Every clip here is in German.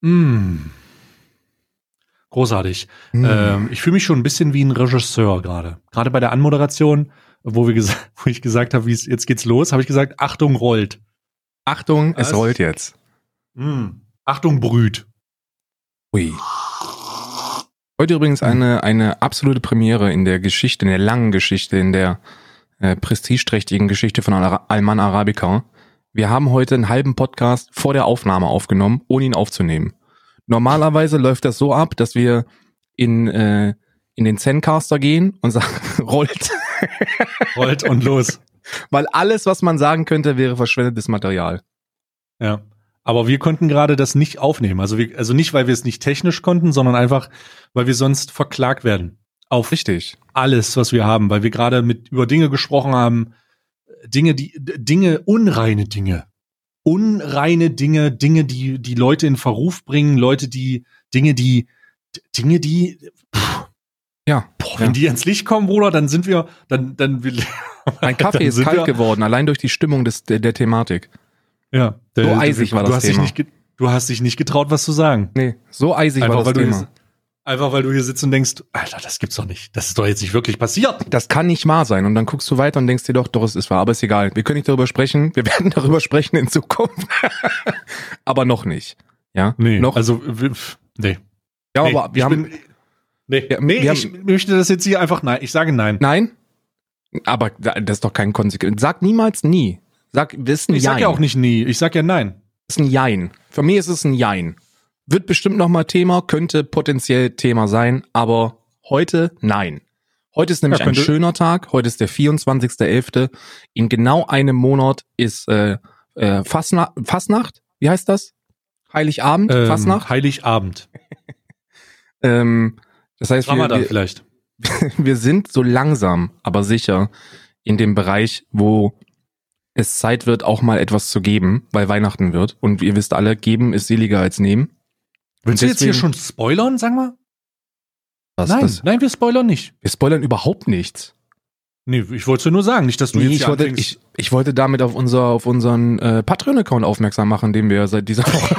Großartig. Ich fühle mich schon ein bisschen wie ein Regisseur gerade. Gerade bei der Anmoderation, wo ich gesagt habe, jetzt geht's los, habe ich gesagt, Achtung, rollt. Achtung, es rollt jetzt. Achtung, brüht. Ui. Heute übrigens eine absolute Premiere in der Geschichte, in der langen Geschichte, in der prestigeträchtigen Geschichte von Alman Arabica. Wir haben heute einen halben Podcast vor der Aufnahme aufgenommen, ohne ihn aufzunehmen. Normalerweise läuft das so ab, dass wir in den Zencaster gehen und sagen, rollt. Rollt und los. Weil alles, was man sagen könnte, wäre verschwendetes Material. Ja, aber wir konnten gerade das nicht aufnehmen. Also nicht, weil wir es nicht technisch konnten, sondern einfach, weil wir sonst verklagt werden. Auf Richtig. Alles, was wir haben. Weil wir gerade über Dinge gesprochen haben, unreine Dinge, die Leute in Verruf bringen, wenn die ins Licht kommen, Bruder, dann sind wir, dann mein Kaffee ist kalt geworden, allein durch die Stimmung der Thematik. Ja. So eisig war das Thema. Du hast dich nicht getraut, was zu sagen. Nee, so eisig war das Thema. Einfach weil du hier sitzt und denkst, Alter, das gibt's doch nicht. Das ist doch jetzt nicht wirklich passiert. Das kann nicht wahr sein. Und dann guckst du weiter und denkst dir doch, es ist wahr. Aber ist egal. Wir können nicht darüber sprechen. Wir werden darüber sprechen in Zukunft. Aber noch nicht. Ja? Nee. Noch? Also, nee. Ja, aber wir haben... Ich möchte das jetzt hier einfach nein. Ich sage nein. Nein? Aber das ist doch kein Konsequenz. Sag niemals nie. Sag, ist ein Jein. Ich sag ja auch nicht nie. Ich sag ja nein. Ist ein Jein. Für mich ist es ein Jein. Wird bestimmt nochmal Thema, könnte potenziell Thema sein, aber heute nein. Heute ist nämlich ein schöner Tag, heute ist der 24.11. In genau einem Monat ist Fastnacht, wie heißt das? Heiligabend? Fastnacht? Heiligabend. Das heißt, vielleicht. Wir sind so langsam, aber sicher in dem Bereich, wo es Zeit wird, auch mal etwas zu geben, weil Weihnachten wird. Und ihr wisst alle, geben ist seliger als nehmen. Willst du jetzt hier schon spoilern, sag mal? Nein, wir spoilern nicht. Wir spoilern überhaupt nichts. Nee, ich wollte nur sagen, nicht, dass du jetzt hier anfängst. Ich wollte damit auf unseren Patreon-Account aufmerksam machen, den wir seit dieser Woche...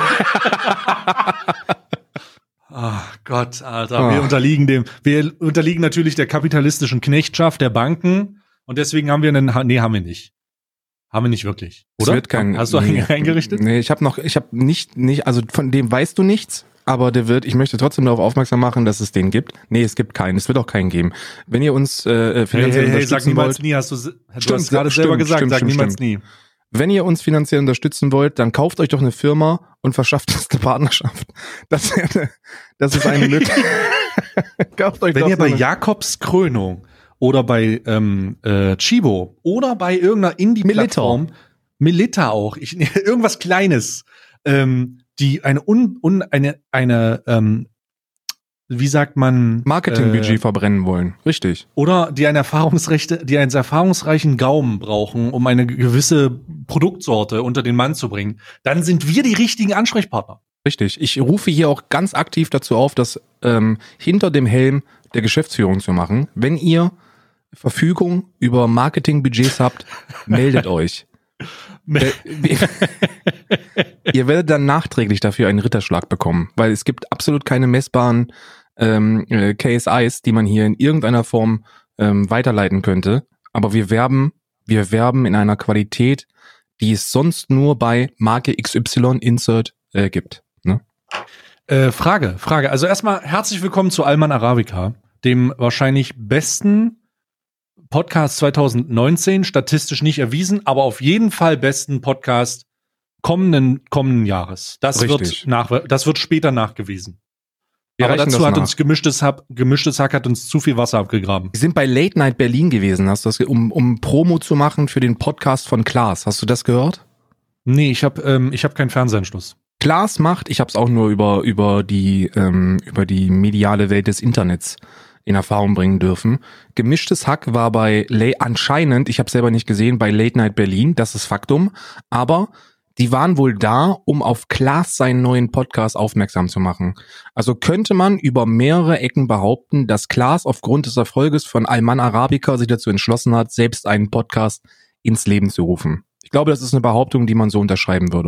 Ach Gott, Alter, wir unterliegen natürlich der kapitalistischen Knechtschaft der Banken und deswegen haben wir haben wir nicht. Haben wir nicht wirklich, oder? Hast du einen eingerichtet? Nee, ich habe nicht, also von dem weißt du nichts, aber ich möchte trotzdem darauf aufmerksam machen, dass es den gibt. Nee, es gibt keinen, es wird auch keinen geben. Wenn ihr uns finanziell unterstützen sag niemals wollt, nie, du hast gerade selber gesagt, sag niemals nie. Wenn ihr uns finanziell unterstützen wollt, dann kauft euch doch eine Firma und verschafft uns eine Partnerschaft. Das ist eine Möglichkeit. Kauft euch Wenn ihr bei Jakobs Krönung oder bei Chibo oder bei irgendeiner Indie-Plattform, Melitta auch, irgendwas Kleines, die wie sagt man, Marketingbudget verbrennen wollen, richtig. Oder die einen erfahrungsreichen Gaumen brauchen, um eine gewisse Produktsorte unter den Mann zu bringen, dann sind wir die richtigen Ansprechpartner. Richtig. Ich rufe hier auch ganz aktiv dazu auf, das hinter dem Helm der Geschäftsführung zu machen. Wenn ihr Verfügung über Marketingbudgets habt, meldet euch. Ihr werdet dann nachträglich dafür einen Ritterschlag bekommen, weil es gibt absolut keine messbaren KSIs, die man hier in irgendeiner Form weiterleiten könnte. Aber wir werben in einer Qualität, die es sonst nur bei Marke XY Insert gibt. Ne? Frage. Also erstmal herzlich willkommen zu Alman Arabica, dem wahrscheinlich besten Podcast 2019, statistisch nicht erwiesen, aber auf jeden Fall besten Podcast kommenden Jahres. Das wird später nachgewiesen. Aber dazu hat uns Gemischtes Hack hat uns zu viel Wasser abgegraben. Wir sind bei Late Night Berlin gewesen, hast du das, um Promo zu machen für den Podcast von Klaas. Hast du das gehört? Nee, ich hab keinen Fernsehanschluss. Klaas macht, ich hab's auch nur über die mediale Welt des Internets in Erfahrung bringen dürfen. Gemischtes Hack war anscheinend, ich habe selber nicht gesehen, bei Late Night Berlin, das ist Faktum, aber die waren wohl da, um auf Klaas seinen neuen Podcast aufmerksam zu machen. Also könnte man über mehrere Ecken behaupten, dass Klaas aufgrund des Erfolges von Alman Arabica sich dazu entschlossen hat, selbst einen Podcast ins Leben zu rufen. Ich glaube, das ist eine Behauptung, die man so unterschreiben würde.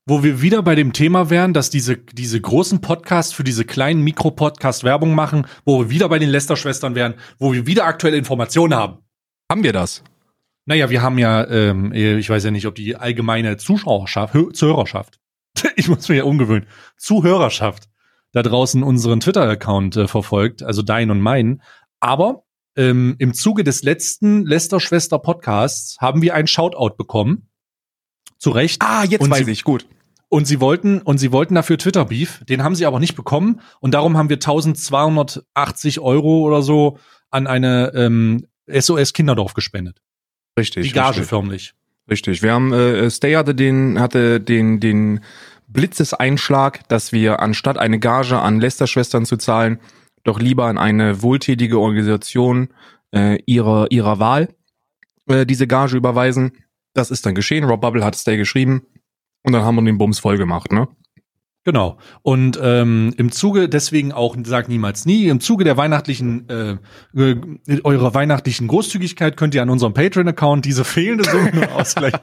wo wir wieder bei dem Thema wären, dass diese großen Podcasts für diese kleinen Mikro-Podcast Werbung machen, wo wir wieder bei den Lester-Schwestern wären, wo wir wieder aktuelle Informationen haben. Haben wir das? Naja, wir haben ja, ich weiß ja nicht, ob die allgemeine Zuhörerschaft, ich muss mich ja umgewöhnen, Zuhörerschaft da draußen unseren Twitter-Account verfolgt, also deinen und meinen. Aber im Zuge des letzten Lester-Schwester-Podcasts haben wir einen Shoutout bekommen. Zu Recht. Jetzt weiß ich, gut. Und sie wollten dafür Twitter-Beef, den haben sie aber nicht bekommen. Und darum haben wir 1.280 € oder so an eine SOS Kinderdorf gespendet. Richtig. Die Gage richtig. förmlich. Richtig. Wir haben, Stay hatte den Blitzeseinschlag, dass wir anstatt eine Gage an Lester-Schwestern zu zahlen, doch lieber an eine wohltätige Organisation ihrer Wahl diese Gage überweisen. Das ist dann geschehen. Rob Bubble hat Stay geschrieben und dann haben wir den Bums voll gemacht, ne? Genau. Und im Zuge, deswegen auch, sag niemals nie, im Zuge der weihnachtlichen, eurer weihnachtlichen Großzügigkeit könnt ihr an unserem Patreon-Account diese fehlende Summe nur ausgleichen.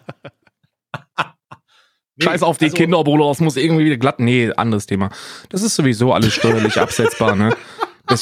Scheiß auf die Kinder, Bruder, das muss irgendwie wieder glatt. Nee, anderes Thema. Das ist sowieso alles steuerlich absetzbar, ne? Das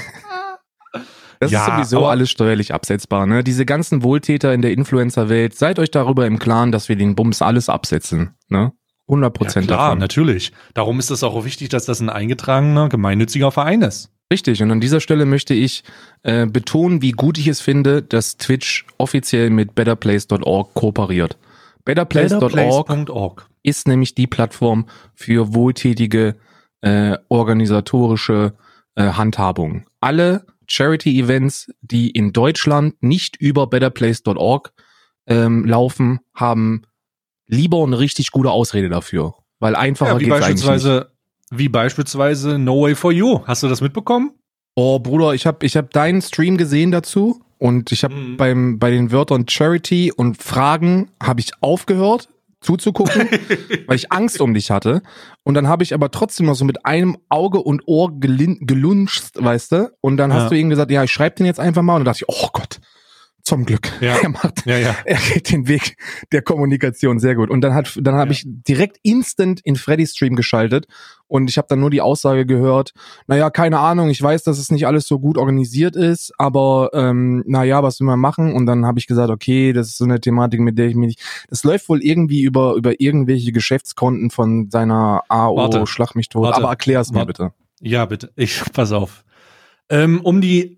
ist sowieso alles steuerlich absetzbar, ne? Diese ganzen Wohltäter in der Influencer-Welt, seid euch darüber im Klaren, dass wir den Bums alles absetzen, ne? 100% ja, klar, davon. Natürlich. Darum ist es auch wichtig, dass das ein eingetragener, gemeinnütziger Verein ist. Richtig, und an dieser Stelle möchte ich betonen, wie gut ich es finde, dass Twitch offiziell mit betterplace.org kooperiert. Betterplace.org ist nämlich die Plattform für wohltätige organisatorische Handhabung. Alle Charity-Events, die in Deutschland nicht über betterplace.org laufen, haben lieber eine richtig gute Ausrede dafür. Weil einfacher geht's eigentlich nicht. Wie beispielsweise No Way For You. Hast du das mitbekommen? Oh, Bruder, ich hab deinen Stream gesehen dazu und ich habe bei den Wörtern Charity und Fragen habe ich aufgehört zuzugucken, weil ich Angst um dich hatte. Und dann habe ich aber trotzdem noch so mit einem Auge und Ohr geluncht, weißt du? Und dann hast du eben gesagt, ja, ich schreibe den jetzt einfach mal. Und dann dachte ich, oh Gott, zum Glück. Ja. Er geht den Weg der Kommunikation sehr gut. Und dann habe ich direkt instant in Freddys Stream geschaltet und ich habe dann nur die Aussage gehört, naja, keine Ahnung, ich weiß, dass es nicht alles so gut organisiert ist, aber naja, was will man machen? Und dann habe ich gesagt, okay, das ist so eine Thematik, mit der ich mich nicht... Das läuft wohl irgendwie über irgendwelche Geschäftskonten von seiner AO, Schlag mich tot. Aber erklär es mir bitte. Ja, bitte. Pass auf. Um die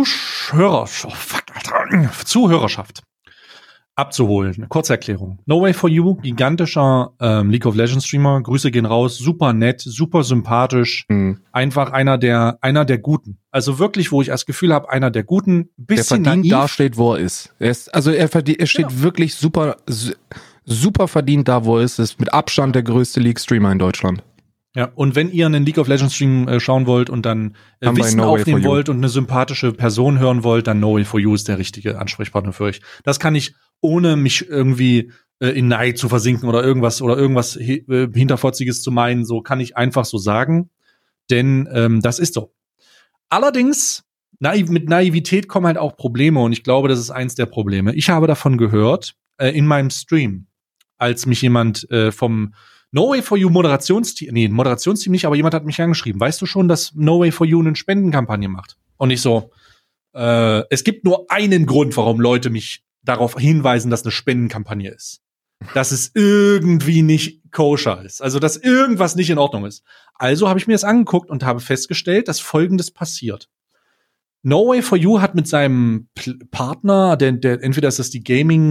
Zuhörerschaft abzuholen. Eine Kurzerklärung. No Way For You, gigantischer League of Legends Streamer. Grüße gehen raus. Super nett, super sympathisch. Einfach einer der Guten. Also wirklich, wo ich das Gefühl habe, einer der Guten. Bisschen der verdient naiv. Da steht, wo er ist. Er steht wirklich super verdient da, wo er ist mit Abstand der größte League-Streamer in Deutschland. Ja, und wenn ihr einen League of Legends Stream schauen wollt und dann Wissen aufnehmen wollt und eine sympathische Person hören wollt, dann No Way For You ist der richtige Ansprechpartner für euch. Das kann ich, ohne mich irgendwie in Neid zu versinken oder irgendwas Hinterfotziges zu meinen, so kann ich einfach so sagen, denn das ist so. Allerdings, mit Naivität kommen halt auch Probleme und ich glaube, das ist eins der Probleme. Ich habe davon gehört, in meinem Stream, als mich jemand vom No Way For You Moderationsteam nicht, aber jemand hat mich angeschrieben. Weißt du schon, dass No Way For You eine Spendenkampagne macht? Und ich so, es gibt nur einen Grund, warum Leute mich darauf hinweisen, dass eine Spendenkampagne ist. Dass es irgendwie nicht koscher ist. Also, dass irgendwas nicht in Ordnung ist. Also habe ich mir das angeguckt und habe festgestellt, dass Folgendes passiert. No Way For You hat mit seinem Partner, der entweder ist das das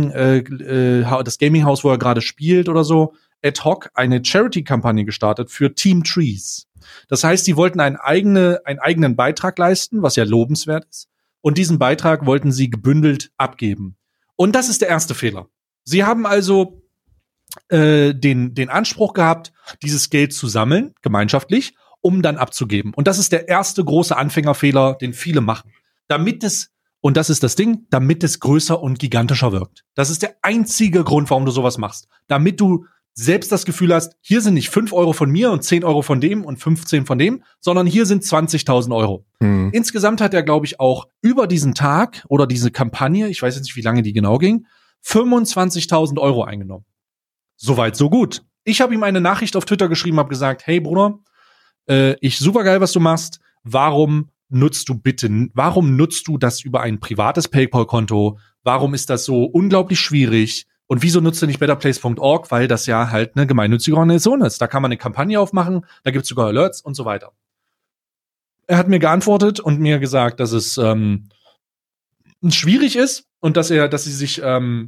Gaming-Haus, wo er gerade spielt oder so, ad hoc eine Charity-Kampagne gestartet für Team Trees. Das heißt, sie wollten einen eigenen Beitrag leisten, was ja lobenswert ist. Und diesen Beitrag wollten sie gebündelt abgeben. Und das ist der erste Fehler. Sie haben also den Anspruch gehabt, dieses Geld zu sammeln, gemeinschaftlich, um dann abzugeben. Und das ist der erste große Anfängerfehler, den viele machen. Damit es größer und gigantischer wirkt. Das ist der einzige Grund, warum du sowas machst. Damit du selbst das Gefühl hast, hier sind nicht 5 € von mir und 10 € von dem und 15 von dem, sondern hier sind 20.000 €. Insgesamt hat er, glaube ich, auch über diesen Tag oder diese Kampagne, ich weiß jetzt nicht, wie lange die genau ging, 25.000 € eingenommen. Soweit, so gut. Ich habe ihm eine Nachricht auf Twitter geschrieben, habe gesagt, hey Bruder, super geil, was du machst. Warum nutzt du das über ein privates PayPal-Konto? Warum ist das so unglaublich schwierig? Und wieso nutzt du nicht betterplace.org? Weil das ja halt eine gemeinnützige Organisation ist. Da kann man eine Kampagne aufmachen, da gibt's sogar Alerts und so weiter. Er hat mir geantwortet und mir gesagt, dass es schwierig ist und dass sie sich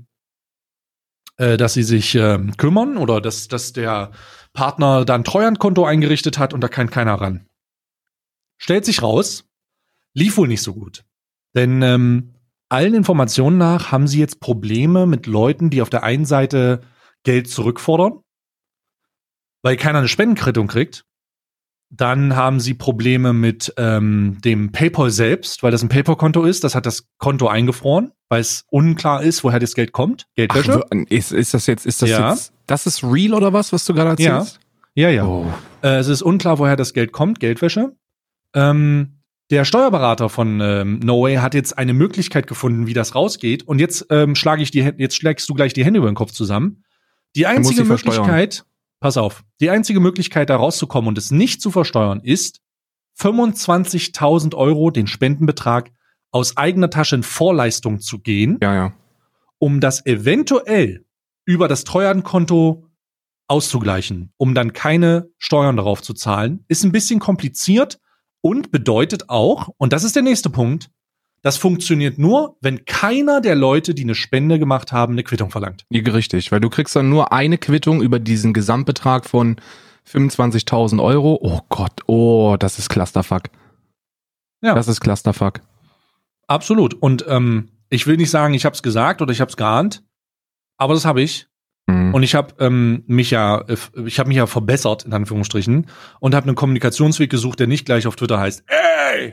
kümmern oder dass der Partner da ein Treuhandkonto eingerichtet hat und da kann keiner ran. Stellt sich raus, lief wohl nicht so gut. Denn allen Informationen nach haben sie jetzt Probleme mit Leuten, die auf der einen Seite Geld zurückfordern, weil keiner eine Spendenquittung kriegt. Dann haben sie Probleme mit dem PayPal selbst, weil das ein PayPal-Konto ist. Das hat das Konto eingefroren, weil es unklar ist, woher das Geld kommt. Geldwäsche. Ist das jetzt, das ist real oder was du gerade erzählst? Ja. Oh. Es ist unklar, woher das Geld kommt. Geldwäsche. Der Steuerberater von Noway hat jetzt eine Möglichkeit gefunden, wie das rausgeht. Und jetzt schlägst du gleich die Hände über den Kopf zusammen. Die einzige Möglichkeit, pass auf, die einzige Möglichkeit, da rauszukommen und es nicht zu versteuern, ist 25.000 Euro, den Spendenbetrag, aus eigener Tasche in Vorleistung zu gehen, um das eventuell über das Treuhandkonto auszugleichen, um dann keine Steuern darauf zu zahlen. Ist ein bisschen kompliziert und bedeutet auch, und das ist der nächste Punkt, das funktioniert nur, wenn keiner der Leute, die eine Spende gemacht haben, eine Quittung verlangt. Ja, richtig, weil du kriegst dann nur eine Quittung über diesen Gesamtbetrag von 25.000 Euro. Oh Gott, das ist Clusterfuck. Ja. Das ist Clusterfuck. Absolut. Und ich will nicht sagen, ich habe es gesagt oder ich habe es geahnt, aber das habe ich. Und ich habe mich ja verbessert, in Anführungsstrichen, und habe einen Kommunikationsweg gesucht, der nicht gleich auf Twitter heißt, ey!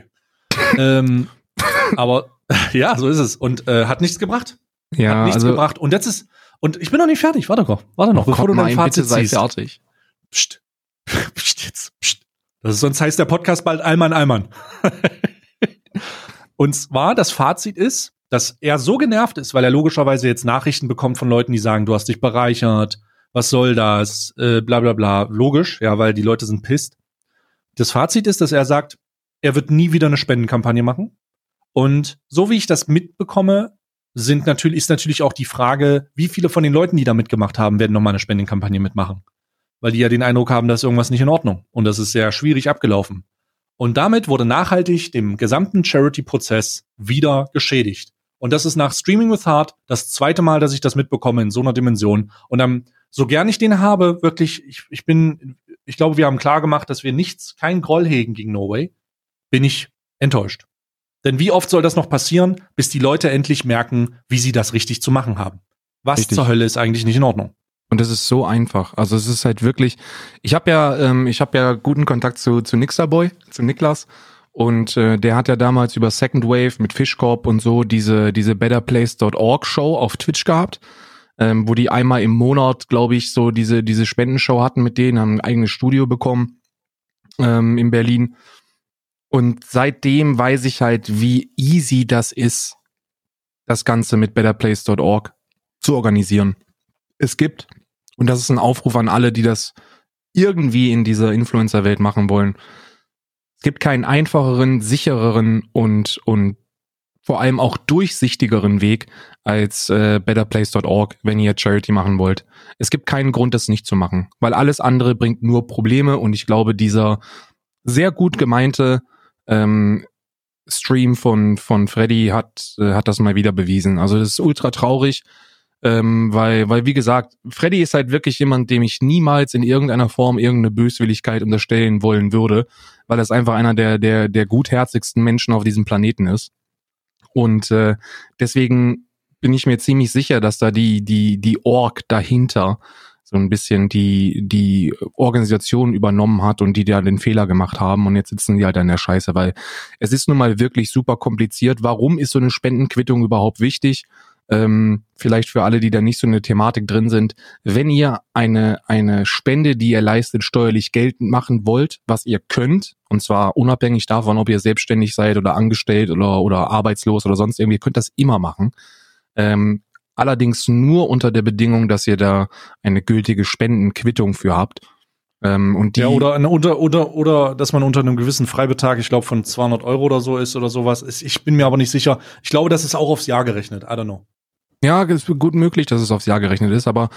Aber ja, so ist es. Und hat nichts gebracht. Ja, hat nichts gebracht. Und ich bin noch nicht fertig. Warte noch, bevor du dein Fazit ziehst. Fertig. Psst. Psst. Sonst heißt der Podcast bald Allmann. Und zwar, das Fazit ist, dass er so genervt ist, weil er logischerweise jetzt Nachrichten bekommt von Leuten, die sagen, du hast dich bereichert, was soll das, bla bla bla. Logisch, ja, weil die Leute sind pisst. Das Fazit ist, dass er sagt, er wird nie wieder eine Spendenkampagne machen. Und so wie ich das mitbekomme, ist natürlich auch die Frage, wie viele von den Leuten, die da mitgemacht haben, werden nochmal eine Spendenkampagne mitmachen. Weil die ja den Eindruck haben, dass irgendwas nicht in Ordnung. Und das ist sehr schwierig abgelaufen. Und damit wurde nachhaltig dem gesamten Charity-Prozess wieder geschädigt. Und das ist nach Streaming with Heart das zweite Mal, dass ich das mitbekomme in so einer Dimension. Und dann, so gern ich den habe, wirklich, ich glaube, wir haben klar gemacht, dass wir keinen Groll hegen gegen Noway, bin ich enttäuscht. Denn wie oft soll das noch passieren, bis die Leute endlich merken, wie sie das richtig zu machen haben? Was richtig zur Hölle ist eigentlich nicht in Ordnung? Und das ist so einfach. Also es ist halt wirklich, ich habe ja guten Kontakt zu Nixerboy, zu Niklas. Und der hat ja damals über Second Wave mit Fischkorb und so diese betterplace.org Show auf Twitch gehabt, wo die einmal im Monat, glaube ich, so diese Spendenshow hatten mit denen, haben ein eigenes Studio bekommen in Berlin. Und seitdem weiß ich halt, wie easy das ist, das Ganze mit betterplace.org zu organisieren. Es gibt, und das ist ein Aufruf an alle, die das irgendwie in dieser Influencer-Welt machen wollen, es gibt keinen einfacheren, sichereren und vor allem auch durchsichtigeren Weg als betterplace.org, wenn ihr Charity machen wollt. Es gibt keinen Grund, das nicht zu machen, weil alles andere bringt nur Probleme und ich glaube, dieser sehr gut gemeinte Stream von Freddy hat das mal wieder bewiesen. Also das ist ultra traurig, weil wie gesagt, Freddy ist halt wirklich jemand, dem ich niemals in irgendeiner Form irgendeine Böswilligkeit unterstellen wollen würde, weil er einfach einer der gutherzigsten Menschen auf diesem Planeten ist. Und deswegen bin ich mir ziemlich sicher, dass da die Org dahinter so ein bisschen die Organisation übernommen hat und die da den Fehler gemacht haben und jetzt sitzen die halt an der Scheiße, weil es ist nun mal wirklich super kompliziert. Warum ist so eine Spendenquittung überhaupt wichtig? Vielleicht für alle, die da nicht so eine Thematik drin sind, wenn ihr eine Spende, die ihr leistet, steuerlich geltend machen wollt, was ihr könnt, und zwar unabhängig davon, ob ihr selbstständig seid oder angestellt oder arbeitslos oder sonst irgendwie, ihr könnt das immer machen. allerdings nur unter der Bedingung, dass ihr da eine gültige Spendenquittung für habt. Und die oder dass man unter einem gewissen Freibetrag, ich glaube von 200 € oder so ist oder sowas. Ich bin mir aber nicht sicher. Ich glaube, das ist auch aufs Jahr gerechnet. I don't know. Ja, es ist gut möglich, dass es aufs Jahr gerechnet ist, aber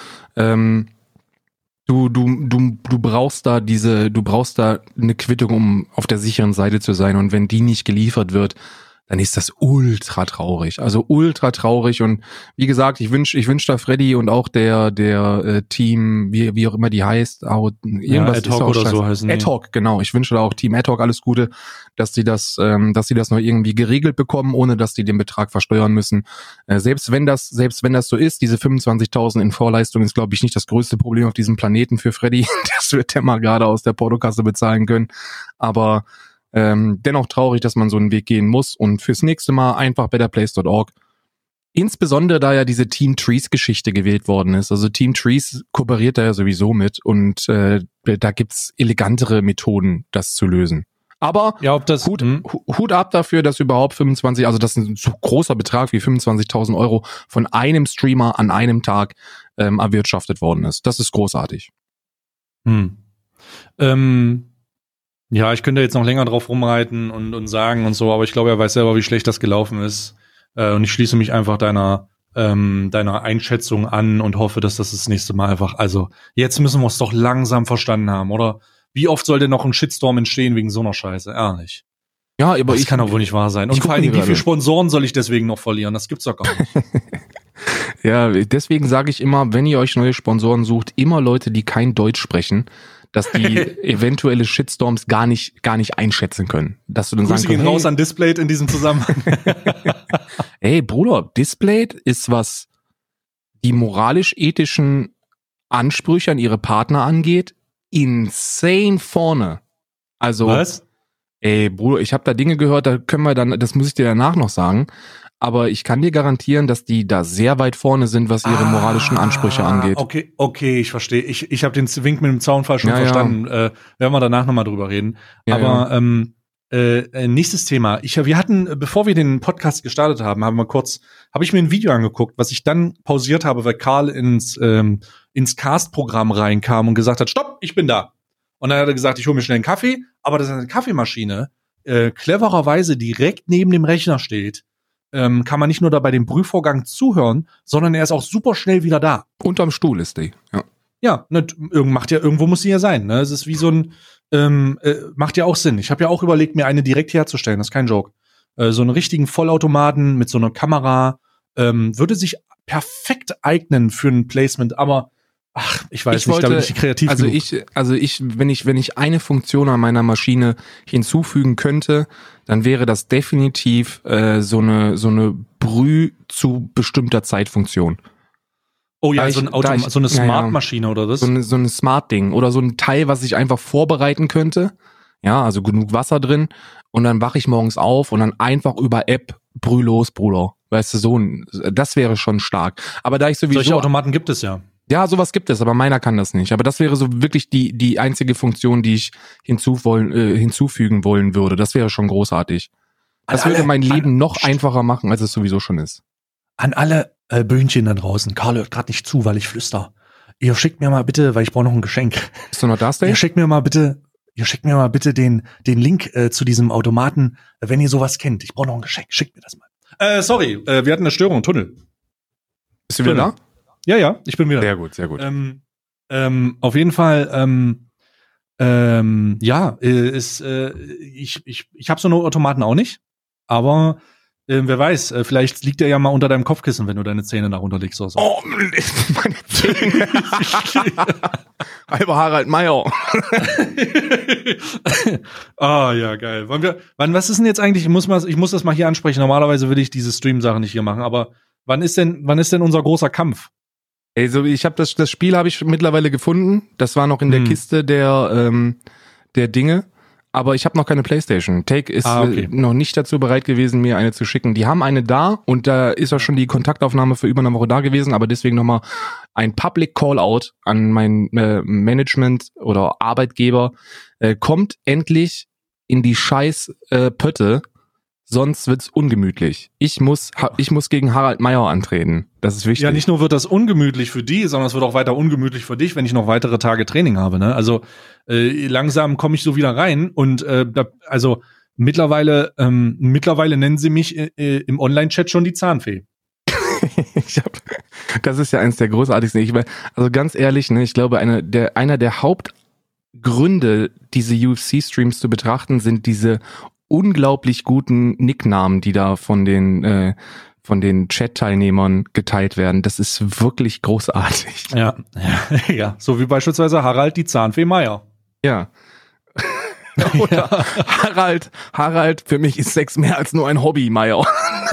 du brauchst da eine Quittung, um auf der sicheren Seite zu sein. Und wenn die nicht geliefert wird, dann ist das ultra traurig. Also ultra traurig. Und wie gesagt, ich wünsch da Freddy und auch der Team, wie auch immer die heißt, auch irgendwas Ad Hoc oder so heißen die. Ad Hoc, genau. Ich wünsche da auch Team Ad Hoc alles Gute, dass sie das noch irgendwie geregelt bekommen, ohne dass die den Betrag versteuern müssen. Selbst wenn das so ist, diese 25.000 in Vorleistung ist, glaube ich, nicht das größte Problem auf diesem Planeten für Freddy. Das wird der mal gerade aus der Portokasse bezahlen können. Aber dennoch traurig, dass man so einen Weg gehen muss, und fürs nächste Mal einfach betterplace.org. Insbesondere da ja diese Team Trees Geschichte gewählt worden ist. Also Team Trees kooperiert da ja sowieso mit, und da gibt's elegantere Methoden, das zu lösen. Aber ja, Hut ab dafür, dass überhaupt 25, also das ist ein so großer Betrag wie 25.000 € von einem Streamer an einem Tag erwirtschaftet worden ist. Das ist großartig. Ja, ich könnte jetzt noch länger drauf rumreiten und sagen und so, aber ich glaube, er weiß selber, wie schlecht das gelaufen ist. Und ich schließe mich einfach deiner Einschätzung an und hoffe, dass das nächste Mal einfach, also jetzt müssen wir es doch langsam verstanden haben, oder? Wie oft soll denn noch ein Shitstorm entstehen wegen so einer Scheiße? Ehrlich. Ja, aber das kann doch wohl nicht wahr sein. Und vor allem, wie viele Sponsoren soll ich deswegen noch verlieren? Das gibt's doch gar nicht. Ja, deswegen sage ich immer, wenn ihr euch neue Sponsoren sucht, immer Leute, die kein Deutsch sprechen, dass die eventuelle Shitstorms gar nicht einschätzen können. Dass du dann Grüße sagen gehen raus an Displayed in diesem Zusammenhang. Ey, Bruder, Displayed ist, was die moralisch-ethischen Ansprüche an ihre Partner angeht, insane vorne. Also, was? Ey, Bruder, ich habe da Dinge gehört, das muss ich dir danach noch sagen. Aber ich kann dir garantieren, dass die da sehr weit vorne sind, was ihre moralischen Ansprüche angeht. Okay, ich verstehe. Ich habe den Wink mit dem Zaunfall schon verstanden. Werden wir danach nochmal drüber reden. Ja, aber nächstes Thema. Wir hatten, bevor wir den Podcast gestartet haben, habe ich mir ein Video angeguckt, was ich dann pausiert habe, weil Karl ins Cast-Programm reinkam und gesagt hat, stopp, ich bin da. Und dann hat er gesagt, ich hole mir schnell einen Kaffee, aber dass eine Kaffeemaschine clevererweise direkt neben dem Rechner steht, kann man nicht nur da bei dem Brühvorgang zuhören, sondern er ist auch super schnell wieder da. Unterm Stuhl ist die, ja. Ja, ne, irgendwo muss sie ja sein, ne? Es ist wie so ein, macht ja auch Sinn. Ich habe ja auch überlegt, mir eine direkt herzustellen, das ist kein Joke. So einen richtigen Vollautomaten mit so einer Kamera würde sich perfekt eignen für ein Placement, aber ich weiß nicht, da bin ich kreativ genug. Wenn ich eine Funktion an meiner Maschine hinzufügen könnte, dann wäre das definitiv so eine Brüh zu bestimmter Zeitfunktion. Oh ja, so eine Smart-Maschine oder was? So eine Smart-Ding oder so ein Teil, was ich einfach vorbereiten könnte. Ja, also genug Wasser drin, und dann wache ich morgens auf und dann einfach über App Brüh los, Bruder. Weißt du, das wäre schon stark. Aber da ich sowieso... Solche Automaten gibt es ja. Ja, sowas gibt es, aber meiner kann das nicht. Aber das wäre so wirklich die einzige Funktion, die ich hinzufügen wollen würde. Das wäre schon großartig. Das würde mein Leben noch einfacher machen, als es sowieso schon ist. An alle Böhnchen da draußen. Karl hört gerade nicht zu, weil ich flüster. Ihr schickt mir mal bitte, weil ich brauche noch ein Geschenk. Bist du noch da, Stay? Ihr schickt mir mal bitte den Link zu diesem Automaten, wenn ihr sowas kennt. Ich brauche noch ein Geschenk. Schickt mir das mal. Sorry, wir hatten eine Störung. Tunnel. Bist du wieder da? Ja, ich bin wieder. Sehr gut, sehr gut. Auf jeden Fall, ich habe so eine Automaten auch nicht, aber wer weiß, vielleicht liegt der ja mal unter deinem Kopfkissen, wenn du deine Zähne darunter legst oder so. Oh, meine Zähne. Halber Harald Meyer. Ja, geil. Was ist denn jetzt eigentlich, ich muss das mal hier ansprechen, normalerweise würde ich diese Stream-Sache nicht hier machen, aber wann ist denn unser großer Kampf? Also das Spiel habe ich mittlerweile gefunden. Das war noch in der Kiste der Dinge. Aber ich habe noch keine PlayStation. Take ist noch nicht dazu bereit gewesen, mir eine zu schicken. Die haben eine da, und da ist auch schon die Kontaktaufnahme für über eine Woche da gewesen. Aber deswegen nochmal ein Public Call-out an mein Management oder Arbeitgeber. Kommt endlich in die scheiß Pötte, sonst wird's ungemütlich. Ich muss gegen Harald Meyer antreten. Das ist wichtig. Ja, nicht nur wird das ungemütlich für die, sondern es wird auch weiter ungemütlich für dich, wenn ich noch weitere Tage Training habe. Ne? Also langsam komme ich so wieder rein und mittlerweile nennen sie mich im Online-Chat schon die Zahnfee. Das ist ja eines der großartigsten. Also ganz ehrlich, ne, ich glaube, einer der Hauptgründe, diese UFC-Streams zu betrachten, sind diese unglaublich guten Nicknamen, die da von den Chat-Teilnehmern geteilt werden. Das ist wirklich großartig. Ja, so wie beispielsweise Harald die Zahnfee Meier. Ja. Oder Harald, für mich ist Sex mehr als nur ein Hobby, Meier.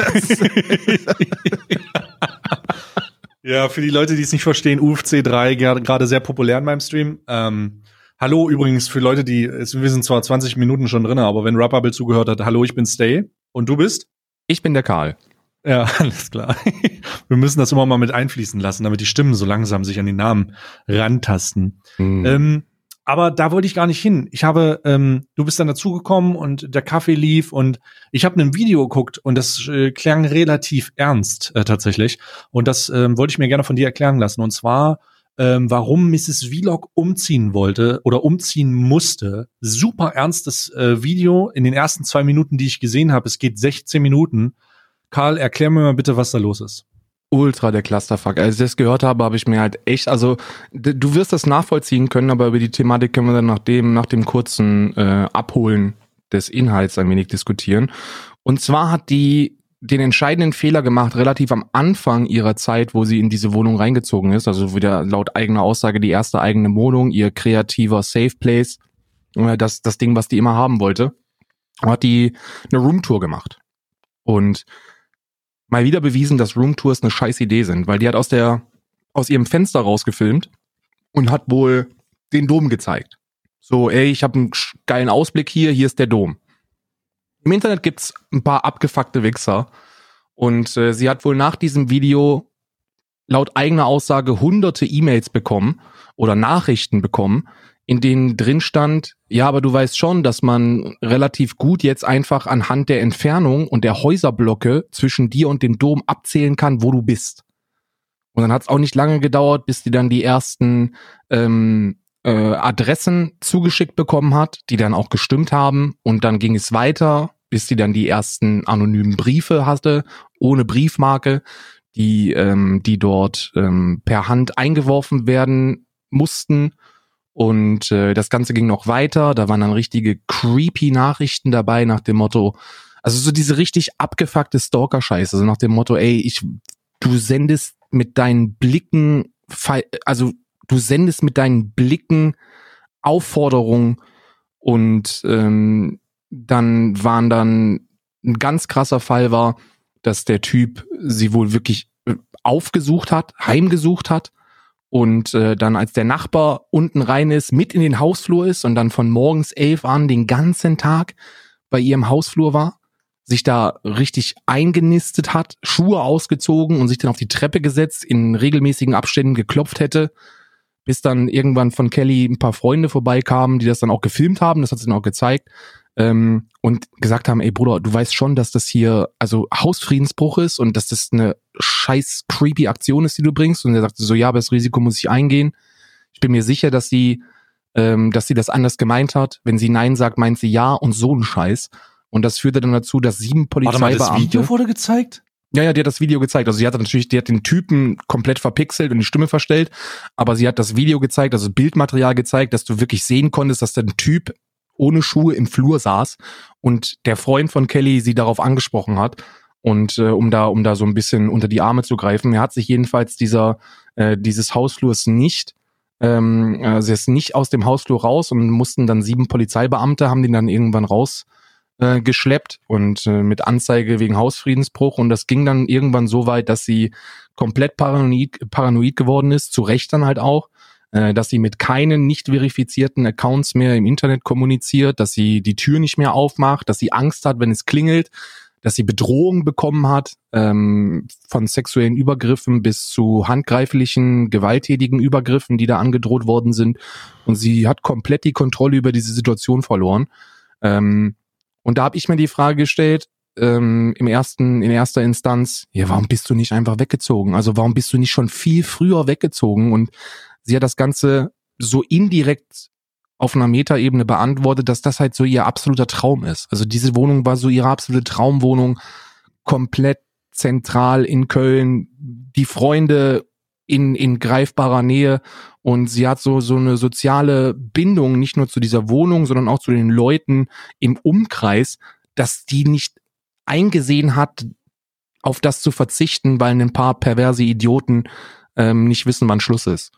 Ja, für die Leute, die es nicht verstehen, UFC 3 gerade sehr populär in meinem Stream. Hallo übrigens für Leute, wir sind zwar 20 Minuten schon drin, aber wenn Rappable zugehört hat, hallo, ich bin Stay. Und du bist? Ich bin der Karl. Ja, alles klar. Wir müssen das immer mal mit einfließen lassen, damit die Stimmen so langsam sich an die Namen rantasten. Aber da wollte ich gar nicht hin. Du bist dann dazugekommen und der Kaffee lief und ich habe ein Video geguckt und das klang relativ ernst tatsächlich. Und das wollte ich mir gerne von dir erklären lassen. Und zwar, warum Mrs. Vlog umziehen wollte oder umziehen musste. Super ernstes Video in den ersten 2 Minuten, die ich gesehen habe. Es geht 16 Minuten. Karl, erklär mir mal bitte, was da los ist. Ultra der Clusterfuck. Als ich das gehört habe, habe ich mir halt echt, also du wirst das nachvollziehen können, aber über die Thematik können wir dann nach dem kurzen Abholen des Inhalts ein wenig diskutieren. Und zwar hat die den entscheidenden Fehler gemacht, relativ am Anfang ihrer Zeit, wo sie in diese Wohnung reingezogen ist, also wieder laut eigener Aussage die erste eigene Wohnung, ihr kreativer Safe Place, das Ding, was die immer haben wollte, hat die eine Roomtour gemacht. Und mal wieder bewiesen, dass Roomtours eine scheiß Idee sind, weil die hat aus ihrem Fenster rausgefilmt und hat wohl den Dom gezeigt. So, ich habe einen geilen Ausblick hier ist der Dom. Im Internet gibt's ein paar abgefuckte Wichser und sie hat wohl nach diesem Video laut eigener Aussage hunderte E-Mails bekommen oder Nachrichten bekommen, in denen drin stand, ja, aber du weißt schon, dass man relativ gut jetzt einfach anhand der Entfernung und der Häuserblocke zwischen dir und dem Dom abzählen kann, wo du bist. Und dann hat es auch nicht lange gedauert, bis die dann die ersten Adressen zugeschickt bekommen hat, die dann auch gestimmt haben. Und dann ging es weiter, bis die dann die ersten anonymen Briefe hatte, ohne Briefmarke, die dort per Hand eingeworfen werden mussten. Und das Ganze ging noch weiter, da waren dann richtige creepy Nachrichten dabei nach dem Motto, also so diese richtig abgefuckte Stalker-Scheiße, also nach dem Motto, du sendest mit deinen Blicken Aufforderungen und dann ein ganz krasser Fall war, dass der Typ sie wohl wirklich aufgesucht hat, heimgesucht hat, und dann als der Nachbar unten rein ist, mit in den Hausflur ist und dann von morgens 11 an den ganzen Tag bei ihr im Hausflur war, sich da richtig eingenistet hat, Schuhe ausgezogen und sich dann auf die Treppe gesetzt, in regelmäßigen Abständen geklopft hätte, bis dann irgendwann von Kelly ein paar Freunde vorbeikamen, die das dann auch gefilmt haben, das hat sie dann auch gezeigt, und gesagt haben, ey Bruder, du weißt schon, dass das hier also Hausfriedensbruch ist und dass das eine scheiß creepy Aktion ist, die du bringst. Und er sagte so, ja, aber das Risiko muss ich eingehen. Ich bin mir sicher, dass sie das anders gemeint hat. Wenn sie Nein sagt, meint sie ja und so ein Scheiß. Und das führte dann dazu, dass 7 Polizeibeamte... Warte mal, das Video wurde gezeigt? Ja, die hat das Video gezeigt. Also die hat den Typen komplett verpixelt und die Stimme verstellt. Aber sie hat das Video gezeigt, also Bildmaterial gezeigt, dass du wirklich sehen konntest, dass der Typ ohne Schuhe im Flur saß und der Freund von Kelly sie darauf angesprochen hat. Und um da so ein bisschen unter die Arme zu greifen, er hat sich jedenfalls dieses Hausflurs nicht, sie ist nicht aus dem Hausflur raus und mussten dann 7 Polizeibeamte, haben den dann irgendwann geschleppt und mit Anzeige wegen Hausfriedensbruch. Und das ging dann irgendwann so weit, dass sie komplett paranoid geworden ist, zu Recht dann halt auch, dass sie mit keinen nicht verifizierten Accounts mehr im Internet kommuniziert, dass sie die Tür nicht mehr aufmacht, dass sie Angst hat, wenn es klingelt, dass sie Bedrohung bekommen hat, von sexuellen Übergriffen bis zu handgreiflichen, gewalttätigen Übergriffen, die da angedroht worden sind. Und sie hat komplett die Kontrolle über diese Situation verloren. Und da habe ich mir die Frage gestellt, in erster Instanz, ja, warum bist du nicht einfach weggezogen? Also warum bist du nicht schon viel früher weggezogen? Und sie hat das Ganze so indirekt auf einer Metaebene beantwortet, dass das halt so ihr absoluter Traum ist. Also diese Wohnung war so ihre absolute Traumwohnung, komplett zentral in Köln, die Freunde in greifbarer Nähe, und sie hat so eine soziale Bindung, nicht nur zu dieser Wohnung, sondern auch zu den Leuten im Umkreis, dass die nicht eingesehen hat, auf das zu verzichten, weil ein paar perverse Idioten nicht wissen, wann Schluss ist.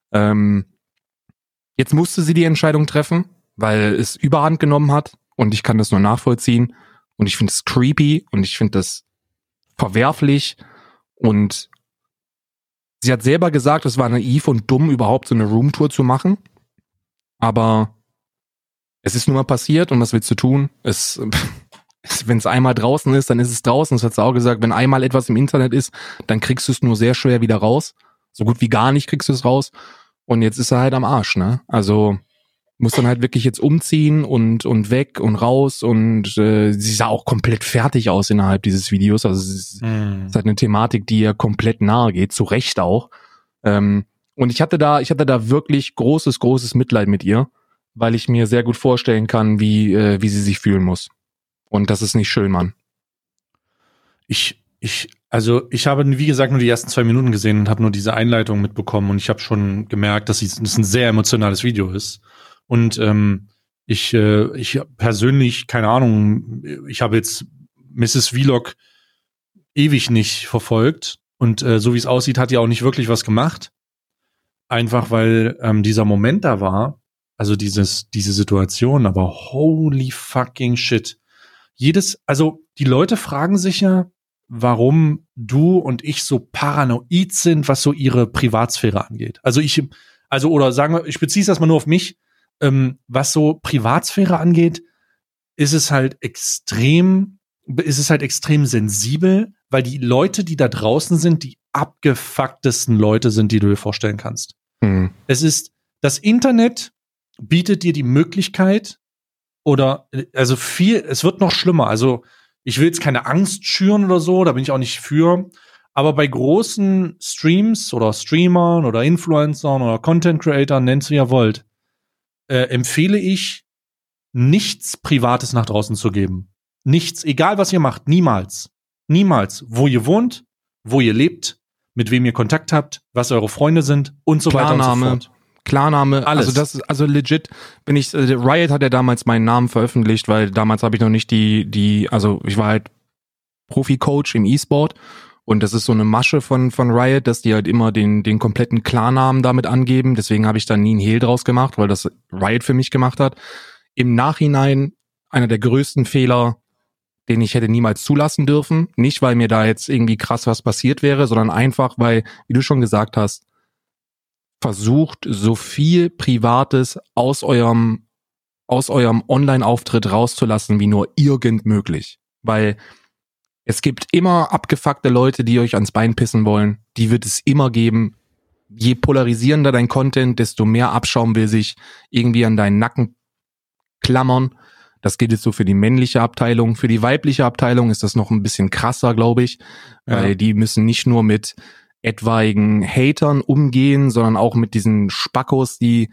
Jetzt musste sie die Entscheidung treffen, weil es Überhand genommen hat, und ich kann das nur nachvollziehen, und ich finde es creepy und ich finde das verwerflich, und sie hat selber gesagt, es war naiv und dumm, überhaupt so eine Roomtour zu machen, aber es ist nun mal passiert, und was willst du tun? Wenn es einmal draußen ist, dann ist es draußen. Das hat sie auch gesagt, wenn einmal etwas im Internet ist, dann kriegst du es nur sehr schwer wieder raus. So gut wie gar nicht kriegst du es raus. Und jetzt ist er halt am Arsch, ne? Also muss dann halt wirklich jetzt umziehen und weg und raus, und sie sah auch komplett fertig aus innerhalb dieses Videos. Also es ist halt eine Thematik, die ihr komplett nahe geht, zu Recht auch. Und ich hatte da wirklich großes Mitleid mit ihr, weil ich mir sehr gut vorstellen kann, wie sie sich fühlen muss. Und das ist nicht schön, Mann. Ich habe, wie gesagt, nur die ersten 2 Minuten gesehen und habe nur diese Einleitung mitbekommen, und ich habe schon gemerkt, dass es ein sehr emotionales Video ist. Und ich persönlich, keine Ahnung, ich habe jetzt Mrs. Vlog ewig nicht verfolgt, und so wie es aussieht, hat die auch nicht wirklich was gemacht. Einfach weil dieser Moment da war, also diese Situation, aber holy fucking shit. Also die Leute fragen sich ja, warum du und ich so paranoid sind, was so ihre Privatsphäre angeht. Oder sagen wir, ich beziehe es erstmal nur auf mich, was so Privatsphäre angeht, ist es halt extrem sensibel, weil die Leute, die da draußen sind, die abgefucktesten Leute sind, die du dir vorstellen kannst. Das Internet bietet dir die Möglichkeit, es wird noch schlimmer. Also, ich will jetzt keine Angst schüren oder so, da bin ich auch nicht für. Aber bei großen Streams oder Streamern oder Influencern oder Content Creatern, nennt wie ihr wollt, empfehle ich, nichts Privates nach draußen zu geben. Nichts, egal was ihr macht, niemals. Niemals. Wo ihr wohnt, wo ihr lebt, mit wem ihr Kontakt habt, was eure Freunde sind und so weiter und so fort. Klarname, alles. Also legit, Riot hat ja damals meinen Namen veröffentlicht, weil damals habe ich noch nicht also ich war halt Profi-Coach im E-Sport, und das ist so eine Masche von Riot, dass die halt immer den kompletten Klarnamen damit angeben, deswegen habe ich da nie einen Hehl draus gemacht, weil das Riot für mich gemacht hat. Im Nachhinein einer der größten Fehler, den ich hätte niemals zulassen dürfen, nicht weil mir da jetzt irgendwie krass was passiert wäre, sondern einfach, weil, wie du schon gesagt hast, versucht, so viel Privates aus eurem Online-Auftritt rauszulassen, wie nur irgend möglich. Weil es gibt immer abgefuckte Leute, die euch ans Bein pissen wollen. Die wird es immer geben. Je polarisierender dein Content, desto mehr Abschaum will sich irgendwie an deinen Nacken klammern. Das gilt jetzt so für die männliche Abteilung. Für die weibliche Abteilung ist das noch ein bisschen krasser, glaube ich. Weil die müssen nicht nur mit etwaigen Hatern umgehen, sondern auch mit diesen Spackos, die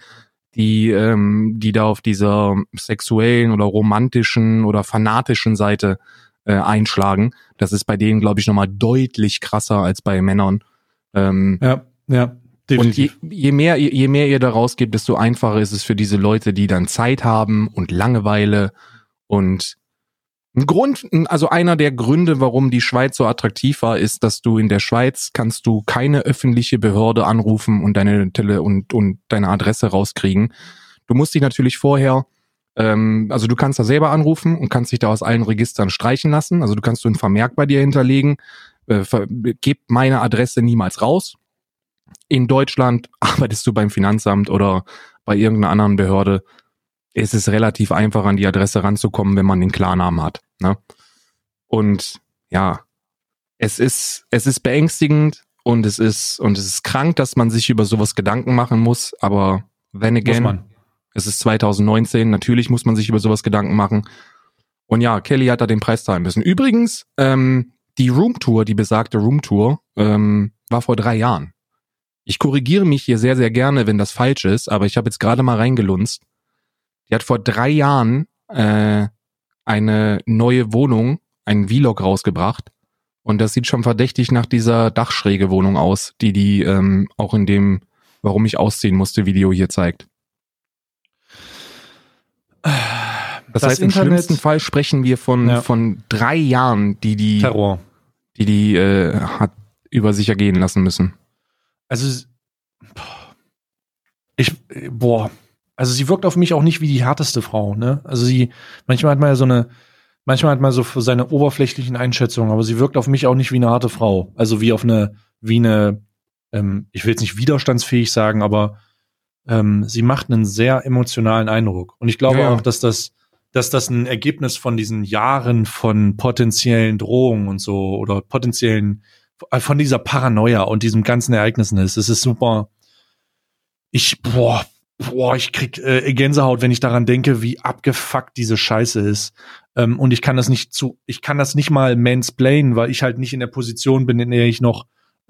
da auf dieser sexuellen oder romantischen oder fanatischen Seite einschlagen. Das ist bei denen, glaube ich, nochmal deutlich krasser als bei Männern. Ja, definitiv. Und je mehr ihr da rausgeht, desto einfacher ist es für diese Leute, die dann Zeit haben und Langeweile. Und einer der Gründe, warum die Schweiz so attraktiv war, ist, dass du in der Schweiz kannst du keine öffentliche Behörde anrufen und deine deine Adresse rauskriegen. Du musst dich natürlich vorher, du kannst da selber anrufen und kannst dich da aus allen Registern streichen lassen. Also du kannst einen Vermerk bei dir hinterlegen, gib meine Adresse niemals raus. In Deutschland arbeitest du beim Finanzamt oder bei irgendeiner anderen Behörde. Es ist relativ einfach, an die Adresse ranzukommen, wenn man den Klarnamen hat. Ne? Und ja, es ist beängstigend, und es ist krank, dass man sich über sowas Gedanken machen muss, aber then again, es ist 2019, natürlich muss man sich über sowas Gedanken machen. Und ja, Kelly hat da den Preis zahlen müssen. Übrigens, die Roomtour, die besagte Roomtour, war vor 3 Jahren. Ich korrigiere mich hier sehr, sehr gerne, wenn das falsch ist, aber ich habe jetzt gerade mal reingelunzt. Die hat vor 3 Jahren eine neue Wohnung, einen Vlog rausgebracht. Und das sieht schon verdächtig nach dieser Dachschräge-Wohnung aus, die auch in dem Warum ich ausziehen musste Video hier zeigt. Das heißt, im schlimmsten Fall sprechen wir von 3 Jahren, die Terror. Die hat über sich ergehen lassen müssen. Also, also sie wirkt auf mich auch nicht wie die härteste Frau, ne? Also manchmal hat man so für seine oberflächlichen Einschätzungen, aber sie wirkt auf mich auch nicht wie eine harte Frau. Also wie eine, ich will jetzt nicht widerstandsfähig sagen, aber sie macht einen sehr emotionalen Eindruck. Und ich glaube auch, dass das ein Ergebnis von diesen Jahren von potenziellen Drohungen und so oder von dieser Paranoia und diesem ganzen Ereignissen ist. Es ist super. Ich krieg Gänsehaut, wenn ich daran denke, wie abgefuckt diese Scheiße ist. Und ich kann das nicht mal mansplainen, weil ich halt nicht in der Position bin, in der ich noch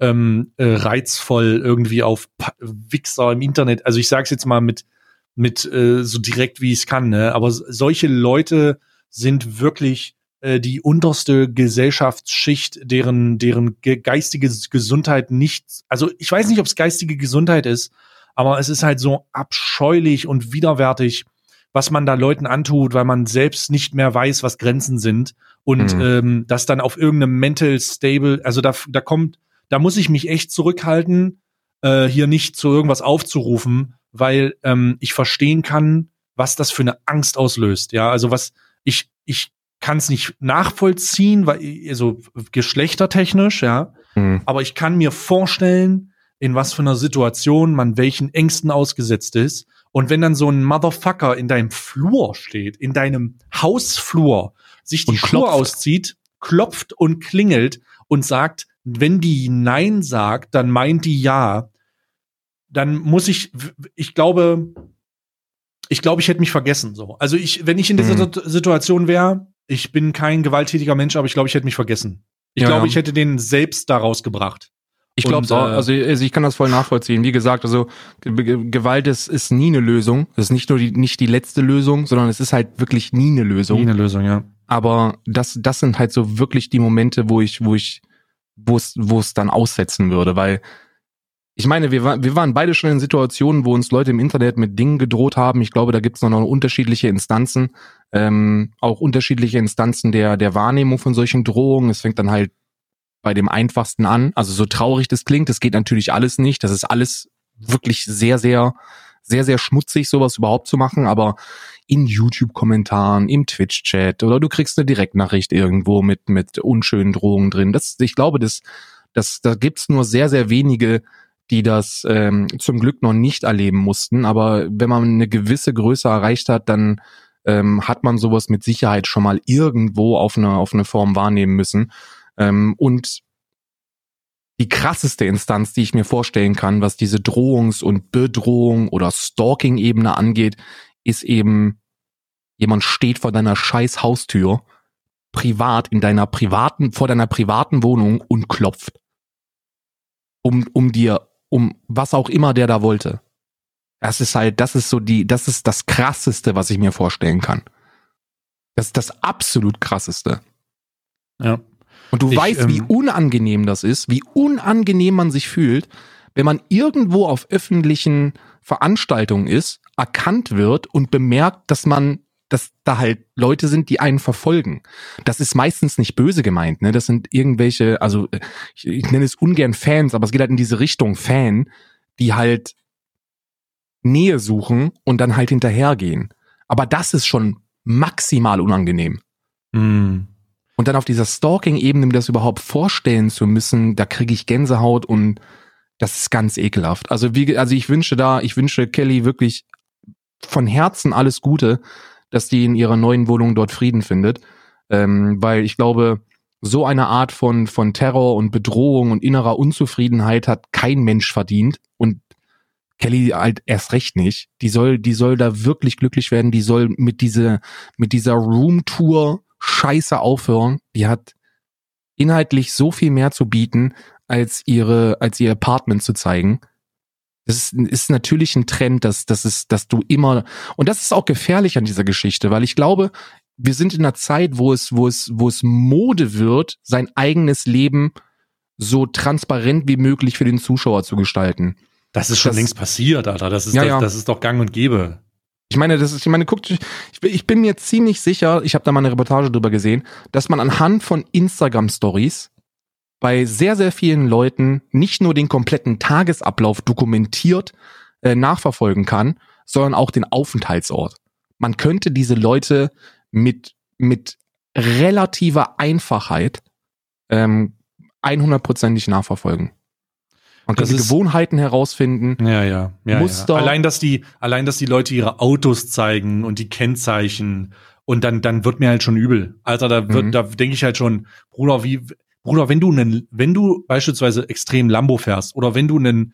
reizvoll irgendwie auf Wichser im Internet, also ich sag's jetzt mal mit so direkt wie ich es kann, ne? Aber solche Leute sind wirklich die unterste Gesellschaftsschicht, deren geistige Gesundheit nicht, also ich weiß nicht, ob es geistige Gesundheit ist, aber es ist halt so abscheulich und widerwärtig, was man da Leuten antut, weil man selbst nicht mehr weiß, was Grenzen sind und das dann auf irgendeinem mental stable, also da muss ich mich echt zurückhalten, hier nicht zu irgendwas aufzurufen, weil ich verstehen kann, was das für eine Angst auslöst. Ja, also ich kann es nicht nachvollziehen, weil also geschlechtertechnisch, ja, aber ich kann mir vorstellen, in was für einer Situation man welchen Ängsten ausgesetzt ist. Und wenn dann so ein Motherfucker in deinem Flur steht, in deinem Hausflur, sich die Schuhe auszieht, klopft und klingelt und sagt, wenn die Nein sagt, dann meint die Ja, dann muss ich glaube, ich hätte mich vergessen, so. Also wenn ich in dieser Situation wäre, ich bin kein gewalttätiger Mensch, aber ich glaube, ich hätte mich vergessen. Ich glaube, ich hätte den selbst da rausgebracht. Ich glaube auch, also ich kann das voll nachvollziehen. Wie gesagt, also Gewalt ist nie eine Lösung. Das ist nicht die letzte Lösung, sondern es ist halt wirklich nie eine Lösung. Nie eine Lösung, ja. Aber das sind halt so wirklich die Momente, wo es dann aussetzen würde, weil ich meine, wir waren beide schon in Situationen, wo uns Leute im Internet mit Dingen gedroht haben. Ich glaube, da gibt es noch unterschiedliche Instanzen, auch unterschiedliche Instanzen der Wahrnehmung von solchen Drohungen. Es fängt dann halt bei dem einfachsten an. Also so traurig das klingt, das geht natürlich alles nicht. Das ist alles wirklich sehr, sehr, sehr, sehr schmutzig, sowas überhaupt zu machen. Aber in YouTube-Kommentaren, im Twitch-Chat oder du kriegst eine Direktnachricht irgendwo mit unschönen Drohungen drin. Ich glaube, da gibt's nur sehr, sehr wenige, die das zum Glück noch nicht erleben mussten. Aber wenn man eine gewisse Größe erreicht hat, dann hat man sowas mit Sicherheit schon mal irgendwo auf eine Form wahrnehmen müssen. Und die krasseste Instanz, die ich mir vorstellen kann, was diese Drohungs- und Bedrohung oder Stalking-Ebene angeht, ist eben, jemand steht vor deiner scheiß Haustür, vor deiner privaten Wohnung und klopft. Um was auch immer der da wollte. Das ist das Krasseste, was ich mir vorstellen kann. Das ist das absolut Krasseste. Ja. Und du weißt, wie unangenehm das ist, wie unangenehm man sich fühlt, wenn man irgendwo auf öffentlichen Veranstaltungen ist, erkannt wird und bemerkt, dass da halt Leute sind, die einen verfolgen. Das ist meistens nicht böse gemeint, ne? Das sind irgendwelche, also ich nenne es ungern Fans, aber es geht halt in diese Richtung Fan, die halt Nähe suchen und dann halt hinterhergehen. Aber das ist schon maximal unangenehm. Und dann auf dieser Stalking-Ebene mir das überhaupt vorstellen zu müssen, da kriege ich Gänsehaut und das ist ganz ekelhaft. Also ich wünsche Kelly wirklich von Herzen alles Gute, dass die in ihrer neuen Wohnung dort Frieden findet. Weil ich glaube, so eine Art von Terror und Bedrohung und innerer Unzufriedenheit hat kein Mensch verdient. Und Kelly halt erst recht nicht. Die soll da wirklich glücklich werden. Die soll mit dieser Roomtour Scheiße aufhören. Die hat inhaltlich so viel mehr zu bieten, als ihr Apartment zu zeigen. Das ist natürlich ein Trend, dass du immer, und das ist auch gefährlich an dieser Geschichte, weil ich glaube, wir sind in einer Zeit, wo es Mode wird, sein eigenes Leben so transparent wie möglich für den Zuschauer zu gestalten. Das ist schon längst passiert, Alter. Das ist doch gang und gäbe. Ich meine, guckt, ich bin mir ziemlich sicher, ich habe da mal eine Reportage drüber gesehen, dass man anhand von Instagram-Stories bei sehr, sehr vielen Leuten nicht nur den kompletten Tagesablauf dokumentiert nachverfolgen kann, sondern auch den Aufenthaltsort. Man könnte diese Leute mit relativer Einfachheit 100%ig nachverfolgen. Man könnte Gewohnheiten herausfinden, Muster. Ja. Allein, dass die Leute ihre Autos zeigen und die Kennzeichen und dann wird mir halt schon übel. Alter, da denke ich halt schon, Bruder, wenn du beispielsweise extrem Lambo fährst oder wenn du einen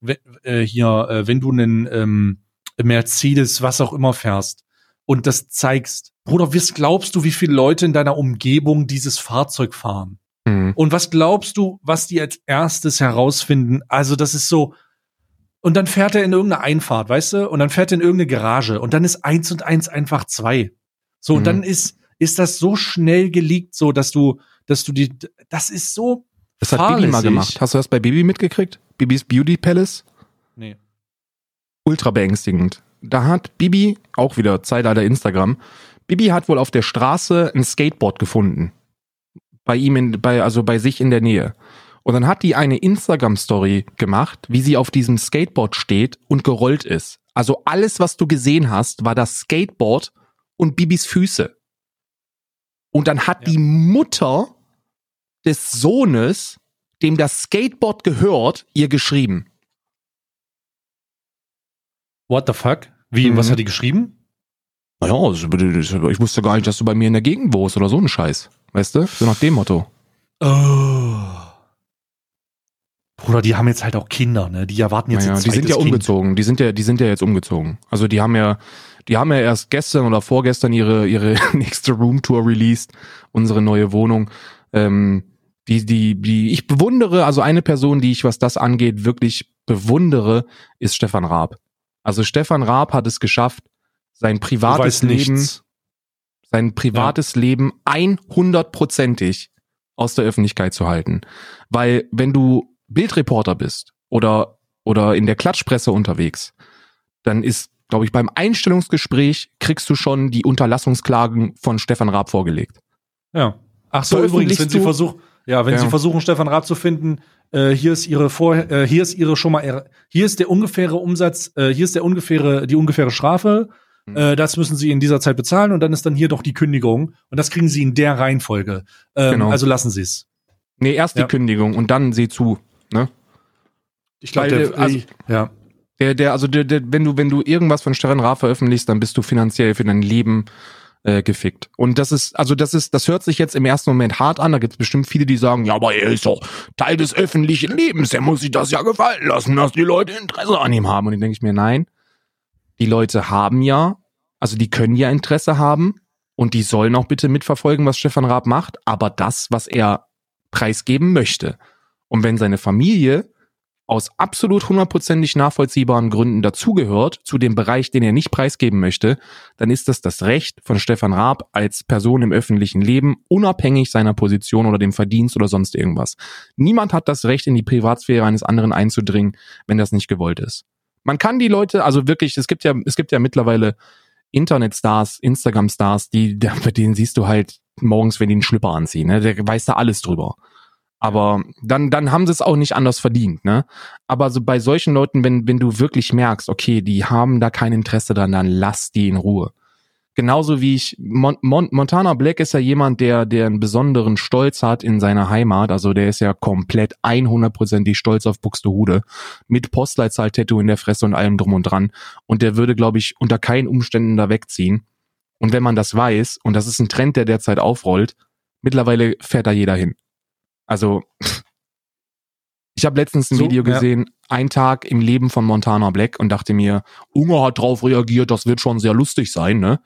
Mercedes, was auch immer fährst und das zeigst, Bruder, was glaubst du, wie viele Leute in deiner Umgebung dieses Fahrzeug fahren? Und was glaubst du, was die als erstes herausfinden? Also das ist so, und dann fährt er in irgendeine Einfahrt, weißt du? Und dann fährt er in irgendeine Garage und dann ist 1 und 1 einfach 2. So, und dann ist das so schnell geleakt, so, das ist so Das hat Bibi mal gemacht. Hast du das bei Bibi mitgekriegt? Bibis Beauty Palace? Nee. Ultra beängstigend. Da hat Bibi, auch wieder Zeitalter Instagram, Bibi hat wohl auf der Straße ein Skateboard gefunden. Bei sich in der Nähe. Und dann hat die eine Instagram-Story gemacht, wie sie auf diesem Skateboard steht und gerollt ist. Also alles, was du gesehen hast, war das Skateboard und Bibis Füße. Und dann hat die Mutter des Sohnes, dem das Skateboard gehört, ihr geschrieben. What the fuck? Wie, was hat die geschrieben? Naja, ich wusste gar nicht, dass du bei mir in der Gegend wohnst oder so ein Scheiß. Weißt du? So nach dem Motto. Oh. Bruder, die haben jetzt halt auch Kinder, ne? Die erwarten jetzt ein die sind ja umgezogen. Die sind ja jetzt umgezogen. Also die haben ja erst gestern oder vorgestern ihre nächste Roomtour released, unsere neue Wohnung. Die ich bewundere, also eine Person, die ich, was das angeht, wirklich bewundere, ist Stefan Raab. Also Stefan Raab hat es geschafft, sein privates Leben 100%ig aus der Öffentlichkeit zu halten. Weil wenn du Bildreporter bist oder in der Klatschpresse unterwegs, dann ist, glaube ich, beim Einstellungsgespräch kriegst du schon die Unterlassungsklagen von Stefan Raab vorgelegt. Ja. Ach so, übrigens, wenn Sie versuchen, Stefan Raab zu finden, hier ist die ungefähre Strafe. Das müssen Sie in dieser Zeit bezahlen und dann ist dann hier doch die Kündigung und das kriegen Sie in der Reihenfolge. Genau. Also lassen Sie es. Nee, erst die Kündigung und dann seh zu, ne? Ich glaube, wenn du irgendwas von Stefan Raab veröffentlichst, dann bist du finanziell für dein Leben gefickt. Und das hört sich jetzt im ersten Moment hart an, da gibt es bestimmt viele, die sagen, ja, aber er ist doch Teil des öffentlichen Lebens, er muss sich das ja gefallen lassen, dass die Leute Interesse an ihm haben. Und dann denke ich mir, nein, die Leute die können ja Interesse haben und die sollen auch bitte mitverfolgen, was Stefan Raab macht, aber das, was er preisgeben möchte. Und wenn seine Familie aus absolut 100%ig nachvollziehbaren Gründen dazugehört, zu dem Bereich, den er nicht preisgeben möchte, dann ist das Recht von Stefan Raab als Person im öffentlichen Leben, unabhängig seiner Position oder dem Verdienst oder sonst irgendwas. Niemand hat das Recht, in die Privatsphäre eines anderen einzudringen, wenn das nicht gewollt ist. Man kann die Leute, also wirklich, es gibt ja mittlerweile Internetstars, Instagram-Stars, mit denen siehst du halt morgens, wenn die einen Schlüpper anziehen, ne? Der weiß da alles drüber. Aber dann haben sie es auch nicht anders verdient, ne? Aber so bei solchen Leuten, wenn du wirklich merkst, okay, die haben da kein Interesse dran, dann lass die in Ruhe. Genauso wie Montana Black ist ja jemand, der einen besonderen Stolz hat in seiner Heimat. Also der ist ja komplett 100%ig stolz auf Buxtehude. Mit Postleitzahl-Tattoo in der Fresse und allem drum und dran. Und der würde, glaube ich, unter keinen Umständen da wegziehen. Und wenn man das weiß, und das ist ein Trend, der derzeit aufrollt, mittlerweile fährt da jeder hin. Also, ich habe letztens ein Video gesehen, ein Tag im Leben von Montana Black und dachte mir, Unger hat drauf reagiert, das wird schon sehr lustig sein, ne?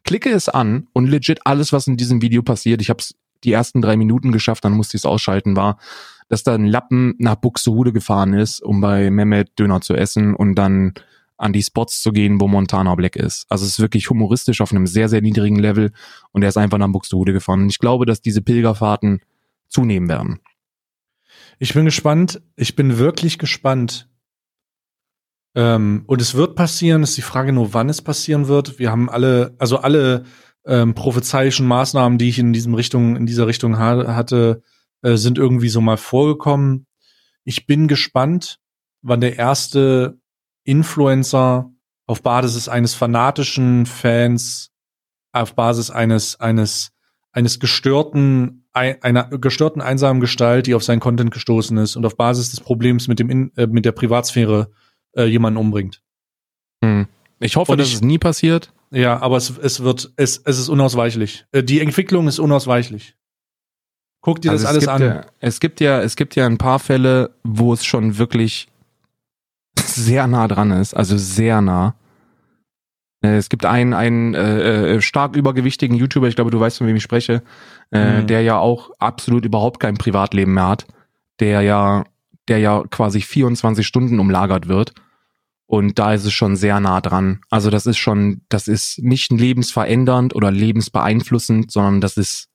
klicke es an und legit alles, was in diesem Video passiert, ich habe es die ersten 3 Minuten geschafft, dann musste ich es ausschalten, war, dass da ein Lappen nach Buxtehude gefahren ist, um bei Mehmet Döner zu essen und dann an die Spots zu gehen, wo Montana Black ist. Also es ist wirklich humoristisch auf einem sehr, sehr niedrigen Level und er ist einfach nach Buxtehude gefahren. Und ich glaube, dass diese Pilgerfahrten zunehmen werden. Ich bin gespannt. Ich bin wirklich gespannt. Und es wird passieren. Es ist die Frage nur, wann es passieren wird. Wir haben alle prophezeischen Maßnahmen, die ich in dieser Richtung hatte, sind irgendwie so mal vorgekommen. Ich bin gespannt, wann der erste Influencer auf Basis eines fanatischen Fans, auf Basis einer gestörten, einsamen Gestalt, die auf seinen Content gestoßen ist und auf Basis des Problems mit der Privatsphäre jemanden umbringt. Ich hoffe, dass es nie passiert. Ja, aber es ist unausweichlich. Die Entwicklung ist unausweichlich. Guck dir das alles an. Es gibt ja ein paar Fälle, wo es schon wirklich sehr nah dran ist, also sehr nah. Es gibt einen stark übergewichtigen YouTuber, ich glaube, du weißt, von wem ich spreche, der ja auch absolut überhaupt kein Privatleben mehr hat, der ja quasi 24 Stunden umlagert wird. Und da ist es schon sehr nah dran. Also das ist nicht lebensverändernd oder lebensbeeinflussend, sondern es ist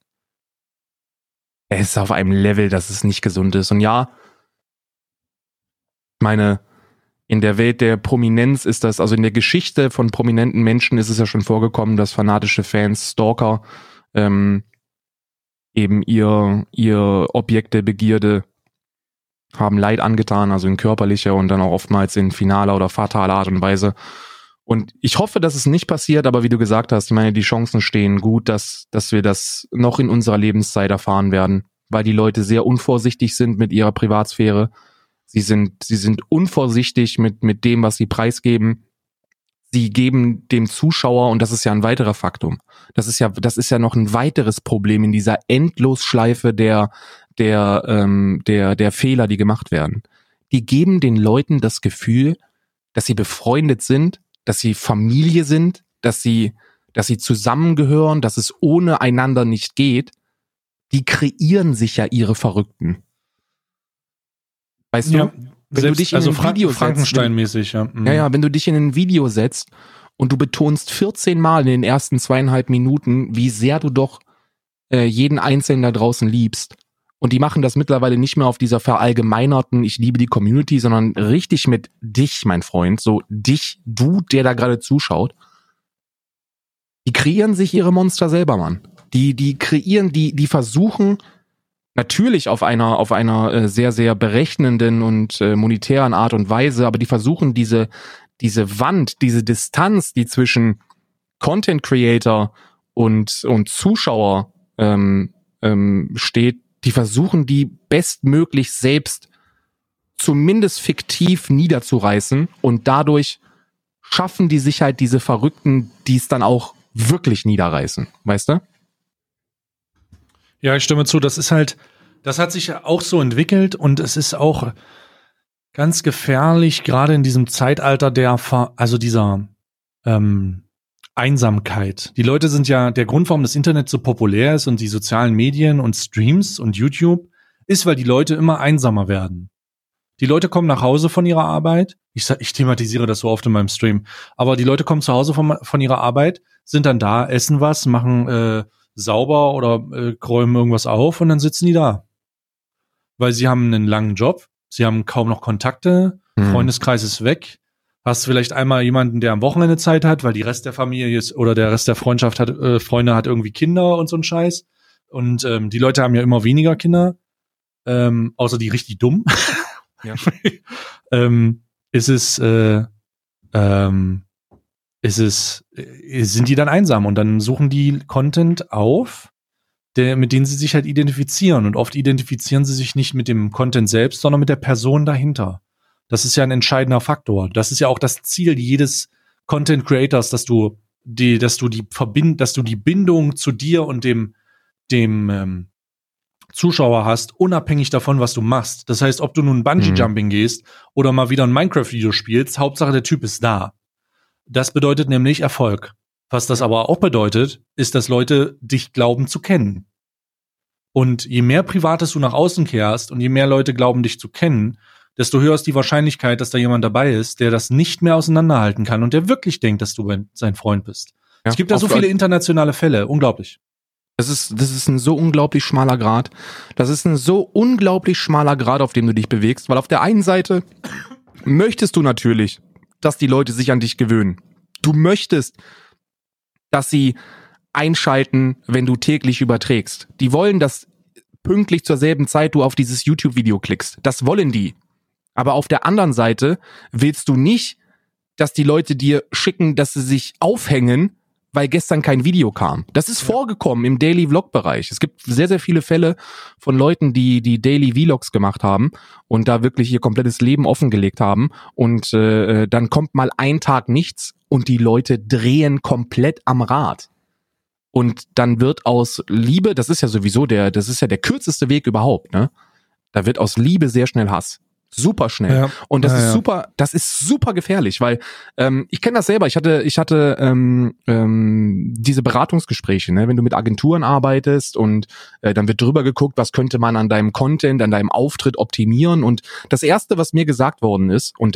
auf einem Level, dass es nicht gesund ist. Und ja, ich meine, in der Welt der Prominenz ist das, also in der Geschichte von prominenten Menschen ist es ja schon vorgekommen, dass fanatische Fans, Stalker, eben ihr Objekt der Begierde haben Leid angetan, also in körperlicher und dann auch oftmals in finaler oder fataler Art und Weise. Und ich hoffe, dass es nicht passiert, aber wie du gesagt hast, ich meine, die Chancen stehen gut, dass wir das noch in unserer Lebenszeit erfahren werden, weil die Leute sehr unvorsichtig sind mit ihrer Privatsphäre. Sie sind unvorsichtig mit dem, was sie preisgeben. Sie geben dem Zuschauer, und das ist ja ein weiterer Faktum, das ist ja noch ein weiteres Problem in dieser Endlosschleife der Fehler, die gemacht werden. Die geben den Leuten das Gefühl, dass sie befreundet sind, dass sie Familie sind, dass sie zusammengehören, dass es ohne einander nicht geht. Die kreieren sich ja ihre Verrückten. Weißt du? Wenn du dich in ein Video Frankenstein-mäßig, ja. Ja, wenn du dich in ein Video setzt und du betonst 14 Mal in den ersten 2,5 Minuten, wie sehr du doch jeden Einzelnen da draußen liebst. Und die machen das mittlerweile nicht mehr auf dieser verallgemeinerten, ich liebe die Community, sondern richtig mit dich, mein Freund, so dich, du, der da gerade zuschaut. Die kreieren sich ihre Monster selber, Mann. Die kreieren, die versuchen natürlich auf einer sehr, sehr berechnenden und monetären Art und Weise, aber die versuchen diese Wand, diese Distanz, die zwischen Content Creator und Zuschauer steht, die versuchen die bestmöglich selbst zumindest fiktiv niederzureißen und dadurch schaffen die sich halt diese Verrückten, die es dann auch wirklich niederreißen, weißt du? Ja, ich stimme zu. Das hat sich ja auch so entwickelt und es ist auch ganz gefährlich, gerade in diesem Zeitalter dieser Einsamkeit. Die Leute sind ja, der Grund, warum das Internet so populär ist und die sozialen Medien und Streams und YouTube, ist, weil die Leute immer einsamer werden. Die Leute kommen nach Hause von ihrer Arbeit. Ich thematisiere das so oft in meinem Stream. Aber die Leute kommen zu Hause von ihrer Arbeit, sind dann da, essen was, machen sauber oder räumen irgendwas auf und dann sitzen die da. Weil sie haben einen langen Job, sie haben kaum noch Kontakte, Freundeskreis ist weg. Hast vielleicht einmal jemanden, der am Wochenende Zeit hat, weil die Rest der Familie ist oder der Rest der Freundschaft hat, Freunde hat irgendwie Kinder und so ein Scheiß. Und die Leute haben ja immer weniger Kinder, außer die richtig dumm. Ja. Sind die dann einsam und dann suchen die Content auf, mit denen sie sich halt identifizieren. Und oft identifizieren sie sich nicht mit dem Content selbst, sondern mit der Person dahinter. Das ist ja ein entscheidender Faktor. Das ist ja auch das Ziel jedes Content Creators, dass du die Bindung zu dir und dem Zuschauer hast, unabhängig davon, was du machst. Das heißt, ob du nun Bungee-Jumping gehst oder mal wieder ein Minecraft-Video spielst, Hauptsache der Typ ist da. Das bedeutet nämlich Erfolg. Was das aber auch bedeutet, ist, dass Leute dich glauben zu kennen. Und je mehr Privates du nach außen kehrst und je mehr Leute glauben, dich zu kennen, desto höher ist die Wahrscheinlichkeit, dass da jemand dabei ist, der das nicht mehr auseinanderhalten kann und der wirklich denkt, dass du sein Freund bist. Ja, es gibt da so viele internationale Fälle. Unglaublich. Das ist ein so unglaublich schmaler Grat. Das ist ein so unglaublich schmaler Grat, auf dem du dich bewegst, weil auf der einen Seite möchtest du natürlich, dass die Leute sich an dich gewöhnen. Du möchtest, dass sie einschalten, wenn du täglich überträgst. Die wollen, dass pünktlich zur selben Zeit du auf dieses YouTube-Video klickst. Das wollen die. Aber auf der anderen Seite willst du nicht, dass die Leute dir schicken, dass sie sich aufhängen, weil gestern kein Video kam. Das ist vorgekommen im Daily-Vlog-Bereich. Es gibt sehr, sehr viele Fälle von Leuten, die Daily-Vlogs gemacht haben und da wirklich ihr komplettes Leben offengelegt haben und dann kommt mal ein Tag nichts und die Leute drehen komplett am Rad. Und dann wird aus Liebe, das ist ja sowieso der kürzeste Weg überhaupt, ne? Da wird aus Liebe sehr schnell Hass. Super schnell. Ja. Und das ist super gefährlich, weil ich kenne das selber. Ich hatte diese Beratungsgespräche, ne, wenn du mit Agenturen arbeitest und dann wird drüber geguckt, was könnte man an deinem Content, an deinem Auftritt optimieren. Und das Erste, was mir gesagt worden ist, und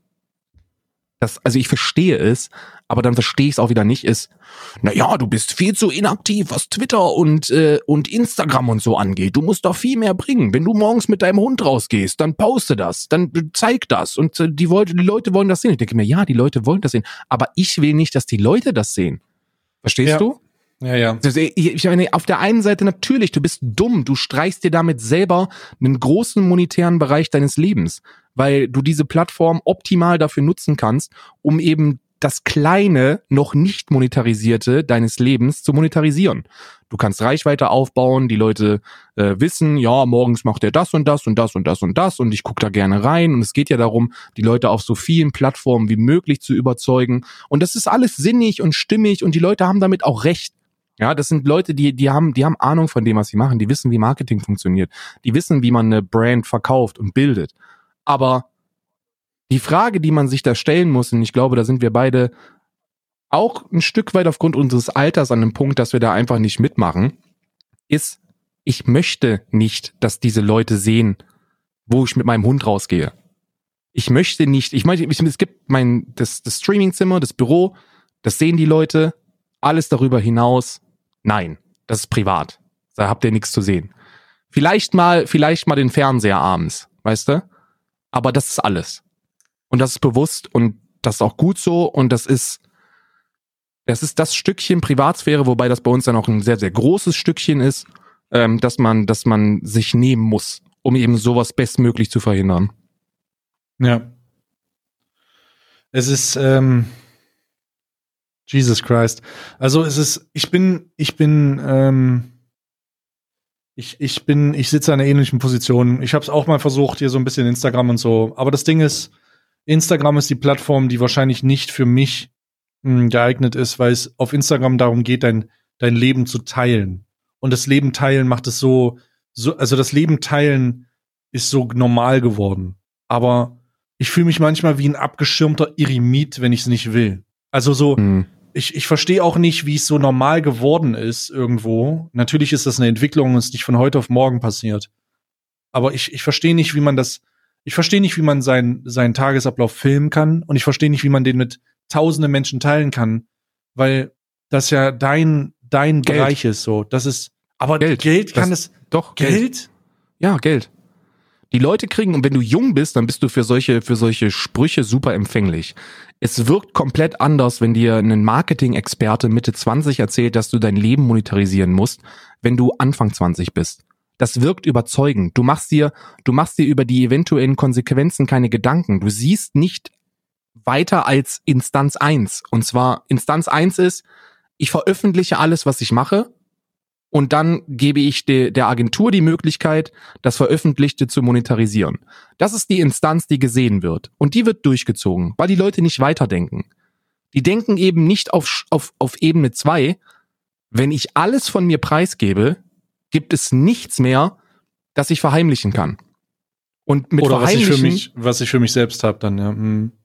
also ich verstehe es, aber dann verstehe ich es auch wieder nicht, ist, naja, du bist viel zu inaktiv, was Twitter und Instagram und so angeht. Du musst doch viel mehr bringen. Wenn du morgens mit deinem Hund rausgehst, dann poste das, dann zeig das. Und die Leute wollen das sehen. Ich denke mir, ja, die Leute wollen das sehen. Aber ich will nicht, dass die Leute das sehen. Verstehst du? Ja. Ich meine, auf der einen Seite natürlich, du bist dumm, du streichst dir damit selber einen großen monetären Bereich deines Lebens, weil du diese Plattform optimal dafür nutzen kannst, um eben das kleine, noch nicht monetarisierte deines Lebens zu monetarisieren. Du kannst Reichweite aufbauen, die Leute wissen, ja, morgens macht er das und das und das und das und das und ich gucke da gerne rein und es geht ja darum, die Leute auf so vielen Plattformen wie möglich zu überzeugen und das ist alles sinnig und stimmig und die Leute haben damit auch recht. Ja, das sind Leute, die haben Ahnung von dem, was sie machen. Die wissen, wie Marketing funktioniert. Die wissen, wie man eine Brand verkauft und bildet. Aber die Frage, die man sich da stellen muss, und ich glaube, da sind wir beide auch ein Stück weit aufgrund unseres Alters an einem Punkt, dass wir da einfach nicht mitmachen, ist, ich möchte nicht, dass diese Leute sehen, wo ich mit meinem Hund rausgehe. Ich möchte nicht, es gibt das Streamingzimmer, das Büro, das sehen die Leute, alles darüber hinaus, nein, das ist privat. Da habt ihr nichts zu sehen. Vielleicht mal den Fernseher abends, weißt du? Aber das ist alles. Und das ist bewusst und das ist auch gut so und das ist das Stückchen Privatsphäre, wobei das bei uns dann auch ein sehr, sehr großes Stückchen ist, dass man sich nehmen muss, um eben sowas bestmöglich zu verhindern. Ja. Es ist, Jesus Christ. Also es ist, ich sitze in einer ähnlichen Position. Ich habe es auch mal versucht, hier so ein bisschen Instagram und so. Aber das Ding ist, Instagram ist die Plattform, die wahrscheinlich nicht für mich geeignet ist, weil es auf Instagram darum geht, dein Leben zu teilen. Und das Leben teilen macht es also das Leben teilen ist so normal geworden. Aber ich fühle mich manchmal wie ein abgeschirmter Eremit, wenn ich es nicht will. Also so, ich verstehe auch nicht, wie es so normal geworden ist irgendwo. Natürlich ist das eine Entwicklung und ist nicht von heute auf morgen passiert. Aber ich verstehe nicht, wie man seinen Tagesablauf filmen kann und ich verstehe nicht, wie man den mit tausenden Menschen teilen kann, weil das ja dein Bereich ist, so. Das ist, aber Geld kann es, doch, Geld? Ja, Geld. Die Leute kriegen, und wenn du jung bist, dann bist du für solche Sprüche super empfänglich. Es wirkt komplett anders, wenn dir ein Marketing-Experte Mitte 20 erzählt, dass du dein Leben monetarisieren musst, wenn du Anfang 20 bist. Das wirkt überzeugend. Du machst dir über die eventuellen Konsequenzen keine Gedanken. Du siehst nicht weiter als Instanz 1. Und zwar Instanz 1 ist, ich veröffentliche alles, was ich mache. Und dann gebe ich der Agentur die Möglichkeit, das Veröffentlichte zu monetarisieren. Das ist die Instanz, die gesehen wird. Und die wird durchgezogen, weil die Leute nicht weiterdenken. Die denken eben nicht auf Ebene 2. Wenn ich alles von mir preisgebe, gibt es nichts mehr, das ich verheimlichen kann. Und mit oder Verheimlichen, was ich für mich selbst habe dann, ja.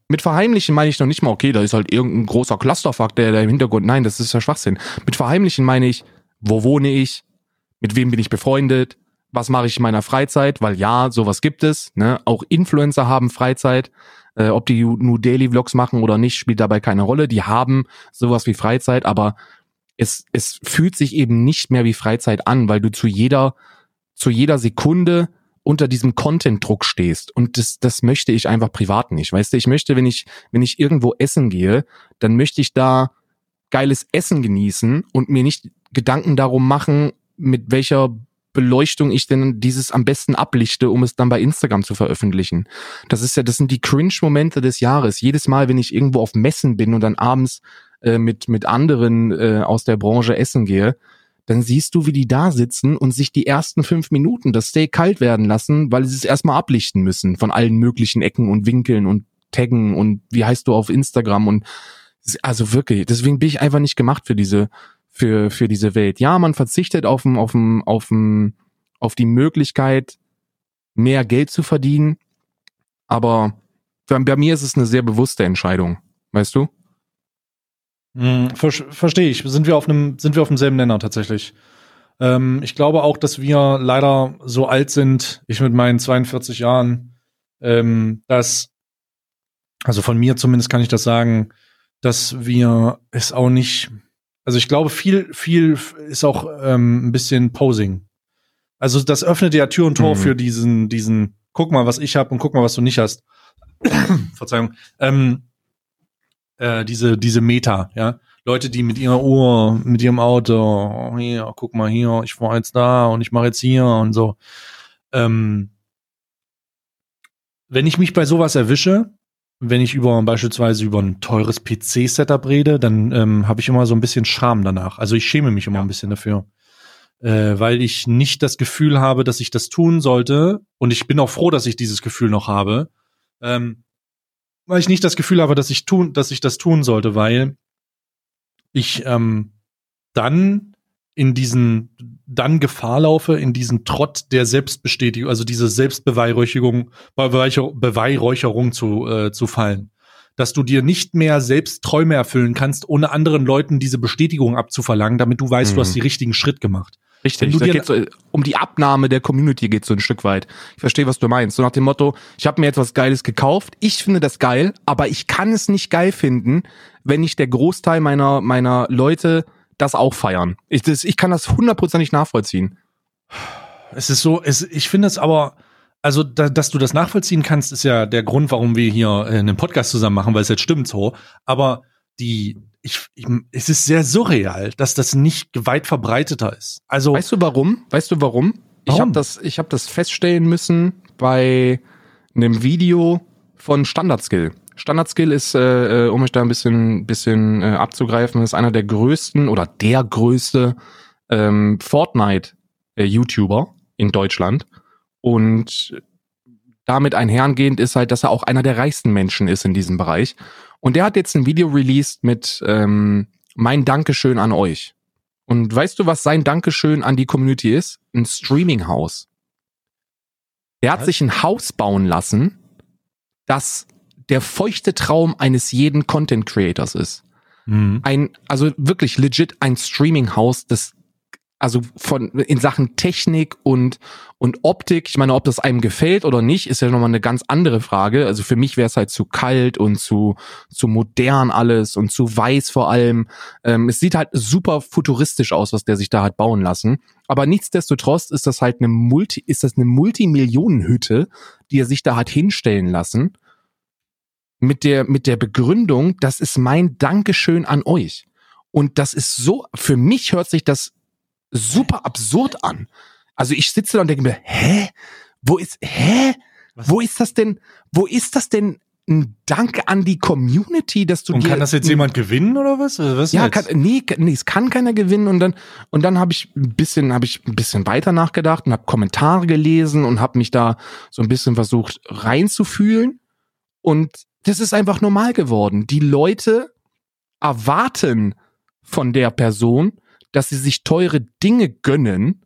Mit verheimlichen meine ich noch nicht mal, okay, da ist halt irgendein großer Clusterfuck, der im Hintergrund, nein, das ist ja Schwachsinn. Mit verheimlichen meine ich, wo wohne ich, mit wem bin ich befreundet, was mache ich in meiner Freizeit, weil ja, sowas gibt es, ne? Auch Influencer haben Freizeit, ob die nur Daily Vlogs machen oder nicht, spielt dabei keine Rolle, die haben sowas wie Freizeit, aber es fühlt sich eben nicht mehr wie Freizeit an, weil du zu jeder Sekunde unter diesem Content-Druck stehst. Und das möchte ich einfach privat nicht. Weißt du, ich möchte, wenn ich irgendwo essen gehe, dann möchte ich da geiles Essen genießen und mir nicht Gedanken darum machen, mit welcher Beleuchtung ich denn dieses am besten ablichte, um es dann bei Instagram zu veröffentlichen. Das sind die Cringe-Momente des Jahres. Jedes Mal, wenn ich irgendwo auf Messen bin und dann abends mit anderen aus der Branche essen gehe, dann siehst du, wie die da sitzen und sich die ersten 5 Minuten das Steak kalt werden lassen, weil sie es erstmal ablichten müssen von allen möglichen Ecken und Winkeln und Taggen und wie heißt du auf Instagram und also wirklich, deswegen bin ich einfach nicht gemacht für diese Welt. Ja, man verzichtet auf die Möglichkeit, mehr Geld zu verdienen, aber bei mir ist es eine sehr bewusste Entscheidung, weißt du? Verstehe ich. Sind wir auf demselben Nenner tatsächlich. Ich glaube auch, dass wir leider so alt sind, ich mit meinen 42 Jahren, dass, also von mir zumindest kann ich das sagen, dass wir es auch nicht, also ich glaube, viel ist auch ein bisschen Posing. Also das öffnet ja Tür und Tor für diesen, guck mal, was ich hab und guck mal, was du nicht hast. Verzeihung. Diese Meta, ja. Leute, die mit ihrer Uhr, mit ihrem Auto, hier, guck mal hier, ich war jetzt da und ich mache jetzt hier und so. Wenn ich mich bei sowas erwische, wenn ich beispielsweise über ein teures PC-Setup rede, dann habe ich immer so ein bisschen Scham danach. Also ich schäme mich immer ein bisschen dafür. Weil ich nicht das Gefühl habe, dass ich das tun sollte. Und ich bin auch froh, dass ich dieses Gefühl noch habe. Weil ich nicht das Gefühl habe, dass ich das tun sollte, weil ich dann Gefahr laufe, in diesen Trott der Selbstbestätigung, also diese Selbstbeweihräucherung zu fallen. Dass du dir nicht mehr selbst Träume erfüllen kannst, ohne anderen Leuten diese Bestätigung abzuverlangen, damit du weißt, du hast den richtigen Schritt gemacht. Richtig, da geht's um die Abnahme der Community geht so ein Stück weit. Ich verstehe, was du meinst. So nach dem Motto, ich habe mir etwas Geiles gekauft, ich finde das geil, aber ich kann es nicht geil finden, wenn nicht der Großteil meiner Leute das auch feiern. Ich kann das 100% nachvollziehen. Es ist so, ich finde es aber, also dass du das nachvollziehen kannst, ist ja der Grund, warum wir hier einen Podcast zusammen machen, weil es jetzt stimmt so. Aber es ist sehr surreal, dass das nicht weit verbreiteter ist. Also weißt du warum? Ich habe das feststellen müssen bei einem Video von Standard-Skill. Standard-Skill ist, um mich da ein bisschen abzugreifen, ist einer der größten oder der größte Fortnite-YouTuber in Deutschland. Und damit einhergehend ist halt, dass er auch einer der reichsten Menschen ist in diesem Bereich. Und der hat jetzt ein Video released mit mein Dankeschön an euch. Und weißt du, was sein Dankeschön an die Community ist? Ein Streaming-Haus. Er hat sich ein Haus bauen lassen, das der feuchte Traum eines jeden Content-Creators ist. Also wirklich legit ein Streaming-Haus, das also in Sachen Technik und Optik, ich meine, ob das einem gefällt oder nicht, ist ja nochmal eine ganz andere Frage. Also für mich wäre es halt zu kalt und zu modern alles und zu weiß vor allem. Es sieht halt super futuristisch aus, was der sich da hat bauen lassen. Aber nichtsdestotrotz ist das halt eine Multimillionenhütte, die er sich da hat hinstellen lassen. Mit der Begründung, das ist mein Dankeschön an euch. Und das ist so, für mich hört sich das super absurd an. Also ich sitze da und denke mir, Wo ist das denn ein Danke an die Community, dass du und kann das jetzt jemand gewinnen oder was? Was ja, es kann keiner gewinnen und dann habe ich ein bisschen weiter nachgedacht und habe Kommentare gelesen und habe mich da so ein bisschen versucht reinzufühlen und das ist einfach normal geworden. Die Leute erwarten von der Person, dass sie sich teure Dinge gönnen,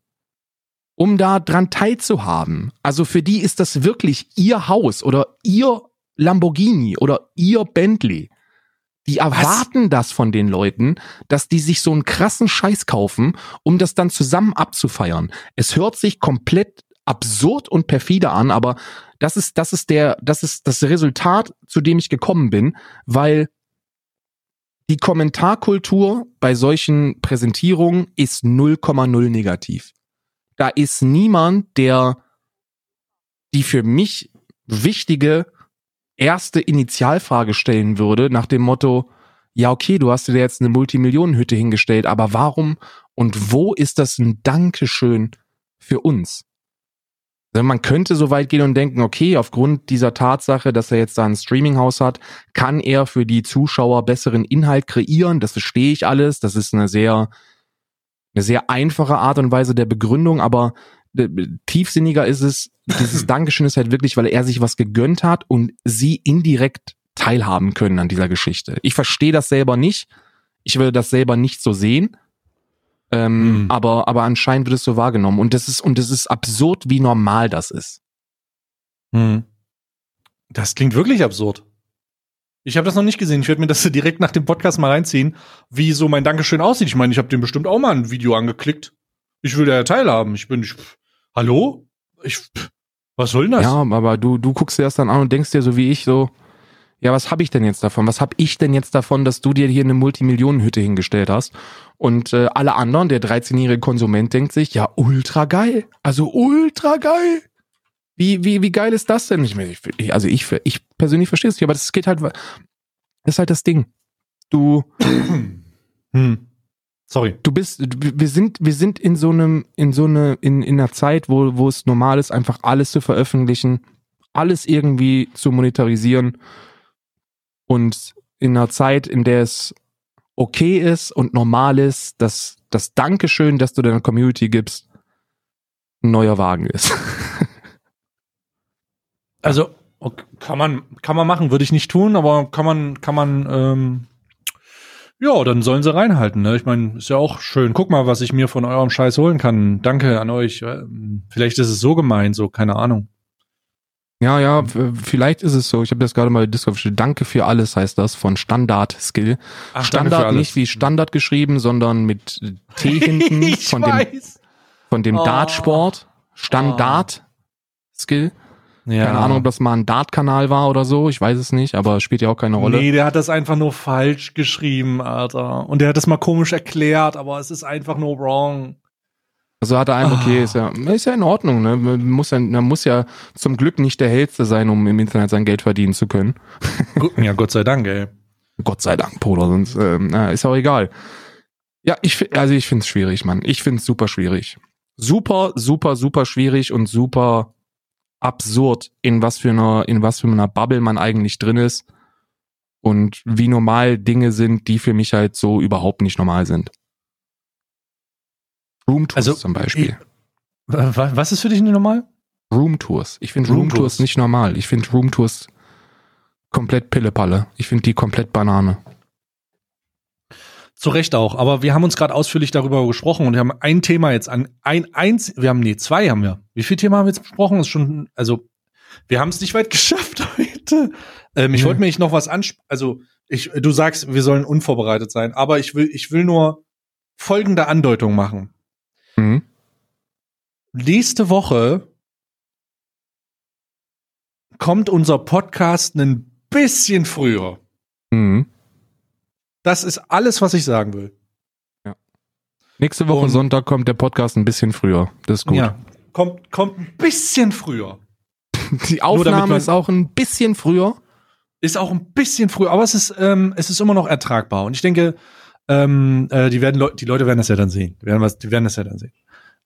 um da dran teilzuhaben. Also für die ist das wirklich ihr Haus oder ihr Lamborghini oder ihr Bentley. Die erwarten das von den Leuten, dass die sich so einen krassen Scheiß kaufen, um das dann zusammen abzufeiern. Es hört sich komplett absurd und perfide an, aber das ist das Resultat, zu dem ich gekommen bin, weil die Kommentarkultur bei solchen Präsentierungen ist 0,0 negativ. Da ist niemand, der die für mich wichtige erste Initialfrage stellen würde, nach dem Motto, ja okay, du hast dir jetzt eine Multimillionenhütte hingestellt, aber warum und wo ist das ein Dankeschön für uns? Also man könnte so weit gehen und denken, okay, aufgrund dieser Tatsache, dass er jetzt da ein Streaminghaus hat, kann er für die Zuschauer besseren Inhalt kreieren, das verstehe ich alles, das ist eine sehr einfache Art und Weise der Begründung, aber tiefsinniger ist es, dieses Dankeschön ist halt wirklich, weil er sich was gegönnt hat und sie indirekt teilhaben können an dieser Geschichte. Ich verstehe das selber nicht. Ich würde das selber nicht so sehen. Aber anscheinend wird es so wahrgenommen. Und das ist absurd, wie normal das ist. Das klingt wirklich absurd. Ich habe das noch nicht gesehen. Ich werde mir das direkt nach dem Podcast mal reinziehen, wie so mein Dankeschön aussieht. Ich meine, ich habe dem bestimmt auch mal ein Video angeklickt. Ich will ja teilhaben. Hallo? Was soll denn das? Ja, aber du guckst dir das dann an und denkst dir so wie ich so, ja, was habe ich denn jetzt davon? Was habe ich denn jetzt davon, dass du dir hier eine Multimillionenhütte hingestellt hast? Und alle anderen, der 13-jährige Konsument denkt sich, ja, ultra geil. Also ultra geil. Wie geil ist das denn? Ich persönlich verstehe es nicht, aber das geht halt, das ist halt das Ding. Sorry. Wir sind in einer Zeit, wo es normal ist, einfach alles zu veröffentlichen, alles irgendwie zu monetarisieren und in einer Zeit, in der es okay ist und normal ist, dass das Dankeschön, das du deiner Community gibst, ein neuer Wagen ist. Also, okay, kann man machen, würde ich nicht tun, aber kann man, ja, dann sollen sie reinhalten, ne? Ich meine, ist ja auch schön. Guck mal, was ich mir von eurem Scheiß holen kann. Danke an euch. Vielleicht ist es so gemeint, so, keine Ahnung. Ja, vielleicht ist es so. Ich habe das gerade mal diskutiert. Danke für alles heißt das von Standard Skill. Ach, Standard nicht wie Standard geschrieben, sondern mit T hinten von dem Dartsport. Standard Skill. Ja. Keine Ahnung, ob das mal ein Dart-Kanal war oder so. Ich weiß es nicht, aber spielt ja auch keine Rolle. Nee, der hat das einfach nur falsch geschrieben, Alter. Und der hat das mal komisch erklärt, aber es ist einfach nur wrong. Also hat er einen, okay, ist ja in Ordnung, ne? Man muss ja zum Glück nicht der Hellste sein, um im Internet sein Geld verdienen zu können. Ja, Gott sei Dank, ey. Gott sei Dank, Bruder, sonst ist auch egal. Ja, ich find's schwierig, Mann. Ich find's super schwierig. Super, super, super schwierig und super absurd, in was für einer Bubble man eigentlich drin ist und wie normal Dinge sind, die für mich halt so überhaupt nicht normal sind. Roomtours zum Beispiel. Was ist für dich nicht normal? Roomtours. Ich finde Roomtours nicht normal. Ich finde Roomtours komplett Pillepalle. Ich finde die komplett Banane. Zu Recht auch, aber wir haben uns gerade ausführlich darüber gesprochen und wir haben ein Thema jetzt zwei haben wir. Wie viel Thema haben wir jetzt besprochen? Das ist schon, also, wir haben es nicht weit geschafft heute. Ich wollte mir nicht noch was du sagst, wir sollen unvorbereitet sein, aber ich will nur folgende Andeutung machen. Mhm. Nächste Woche kommt unser Podcast ein bisschen früher. Mhm. Das ist alles, was ich sagen will. Ja. Nächste Woche Sonntag kommt der Podcast ein bisschen früher. Das ist gut. Ja, kommt ein bisschen früher. Die Aufnahme ist auch ein bisschen früher. Ist auch ein bisschen früher, aber es ist immer noch ertragbar. Und ich denke, die Leute werden das ja dann sehen. Die werden das ja dann sehen.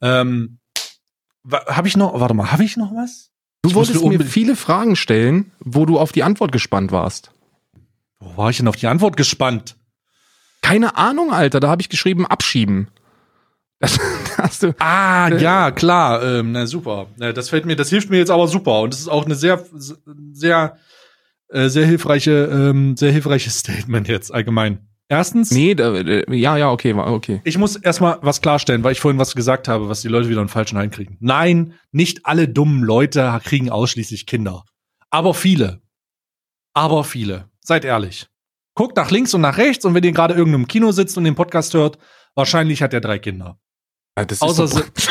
Habe ich noch was? Du wolltest mir viele Fragen stellen, wo du auf die Antwort gespannt warst. Wo war ich denn auf die Antwort gespannt? Keine Ahnung, Alter. Da habe ich geschrieben, abschieben. Das hast du. Ja, klar. Na super. Das hilft mir jetzt aber super. Und das ist auch eine sehr, sehr, sehr hilfreiches Statement jetzt allgemein. Erstens. Nee, okay. Ich muss erstmal was klarstellen, weil ich vorhin was gesagt habe, was die Leute wieder einen falschen einkriegen. Nein, nicht alle dummen Leute kriegen ausschließlich Kinder. Aber viele. aber viele. Seid ehrlich. Guckt nach links und nach rechts und wenn ihr gerade irgendwo im Kino sitzt und den Podcast hört, wahrscheinlich hat er 3 Kinder. Ja, das Außer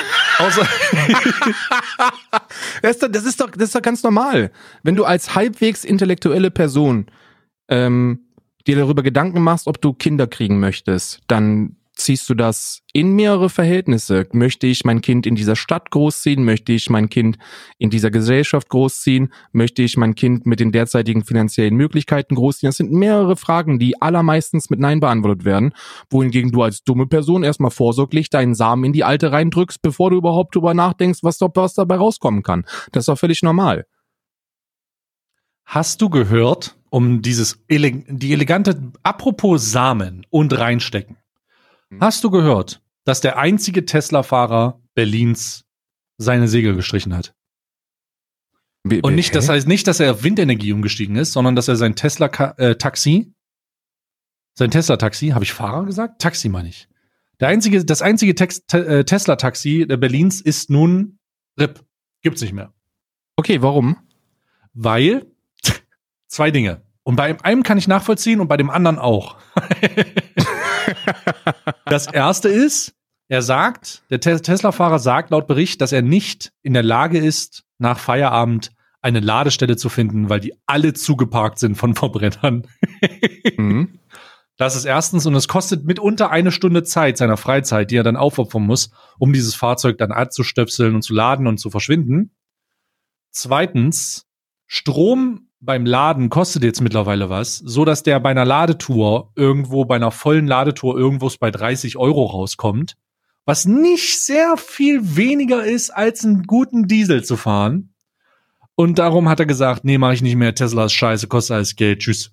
das ist doch ganz normal. Wenn du als halbwegs intellektuelle Person dir darüber Gedanken machst, ob du Kinder kriegen möchtest, dann ziehst du das in mehrere Verhältnisse. Möchte ich mein Kind in dieser Stadt großziehen? Möchte ich mein Kind in dieser Gesellschaft großziehen? Möchte ich mein Kind mit den derzeitigen finanziellen Möglichkeiten großziehen? Das sind mehrere Fragen, die allermeistens mit Nein beantwortet werden, wohingegen du als dumme Person erstmal vorsorglich deinen Samen in die Alte reindrückst, bevor du überhaupt drüber nachdenkst, was dabei rauskommen kann. Das ist doch völlig normal. Hast du gehört, um die elegante, apropos Samen und reinstecken, hast du gehört, dass der einzige Tesla-Fahrer Berlins seine Segel gestrichen hat? Und nicht, das heißt nicht, dass er auf Windenergie umgestiegen ist, sondern dass er sein Tesla-Taxi, habe ich Fahrer gesagt? Taxi meine ich. Das einzige Tesla-Taxi Berlins ist nun RIP. Gibt's nicht mehr. Okay, warum? Weil 2 Dinge. Und bei einem kann ich nachvollziehen und bei dem anderen auch. Das erste ist, der Tesla-Fahrer sagt laut Bericht, dass er nicht in der Lage ist, nach Feierabend eine Ladestelle zu finden, weil die alle zugeparkt sind von Verbrennern. Mhm. Das ist erstens, und es kostet mitunter 1 Stunde Zeit seiner Freizeit, die er dann aufopfern muss, um dieses Fahrzeug dann abzustöpseln und zu laden und zu verschwinden. Zweitens, Strom beim Laden kostet jetzt mittlerweile was, so dass der bei einer bei einer vollen Ladetour irgendwo bei 30 € rauskommt, was nicht sehr viel weniger ist, als einen guten Diesel zu fahren. Und darum hat er gesagt, nee, mach ich nicht mehr, Tesla ist scheiße, kostet alles Geld, tschüss.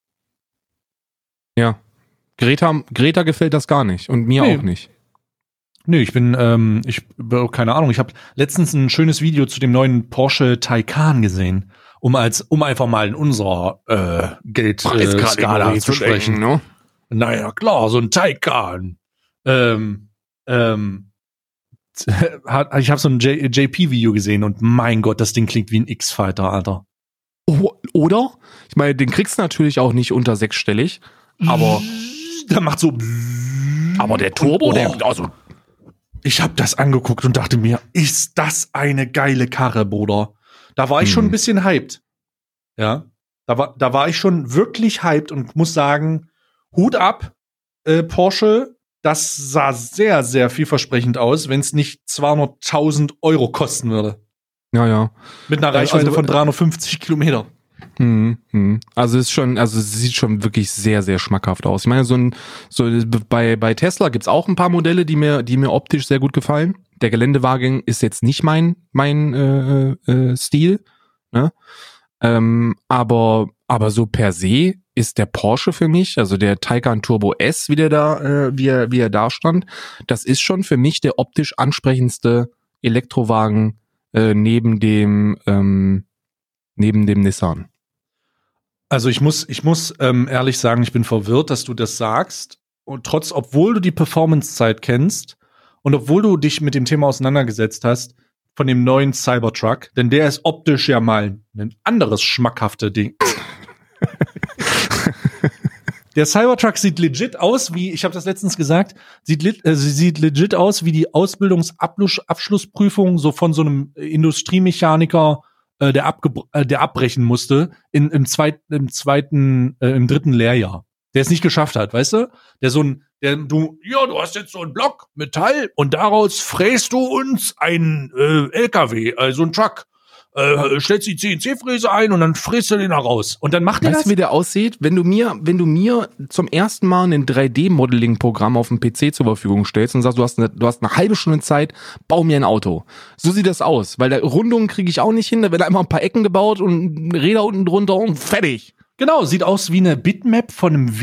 Ja. Greta gefällt das gar nicht und mir auch nicht. Nee, keine Ahnung, ich habe letztens ein schönes Video zu dem neuen Porsche Taycan gesehen. Um einfach mal in unserer Geldskala zu sprechen. Ne? Naja, klar, so ein Taycan. Ich habe so ein JP-Video gesehen und mein Gott, das Ding klingt wie ein X-Fighter, Alter. Oder? Ich meine, den kriegst du natürlich auch nicht unter 6-stellig, aber der macht so. Aber der Turbo, ich habe das angeguckt und dachte mir, ist das eine geile Karre, Bruder. Da war ich schon ein bisschen hyped. Ja, da war ich schon wirklich hyped und muss sagen, Hut ab, Porsche, das sah sehr, sehr vielversprechend aus, wenn es nicht 200.000 € kosten würde. Ja. Mit einer Reichweite von 350 Kilometer. Also es sieht schon wirklich sehr, sehr schmackhaft aus. Ich meine, bei Tesla gibt's auch ein paar Modelle, die mir optisch sehr gut gefallen. Der Geländewagen ist jetzt nicht mein Stil, ne? Aber so per se ist der Porsche für mich, also der Taycan Turbo S, wie er da stand, das ist schon für mich der optisch ansprechendste Elektrowagen neben dem Nissan. Also ich muss ehrlich sagen, ich bin verwirrt, dass du das sagst. Und obwohl du die Performance-Zeit kennst und obwohl du dich mit dem Thema auseinandergesetzt hast, von dem neuen Cybertruck, denn der ist optisch ja mal ein anderes schmackhafte Ding. Der Cybertruck sieht legit aus, ich habe das letztens gesagt, sieht legit aus wie die Ausbildungsabschlussprüfung so von so einem Industriemechaniker, der abbrechen musste im dritten Lehrjahr. Der es nicht geschafft hat, weißt du? Du hast jetzt so einen Block Metall und daraus fräst du uns einen LKW, also einen Truck. Stellst die CNC-Fräse ein und dann fräst du den da raus. Und dann macht er das. Weißt du, wie der aussieht? Wenn du mir zum ersten Mal ein 3D-Modeling-Programm auf dem PC zur Verfügung stellst und sagst, du hast eine halbe Stunde Zeit, bau mir ein Auto. So sieht das aus. Weil Rundungen kriege ich auch nicht hin, da werden einfach ein paar Ecken gebaut und Räder unten drunter und fertig. Genau, sieht aus wie eine Bitmap von einem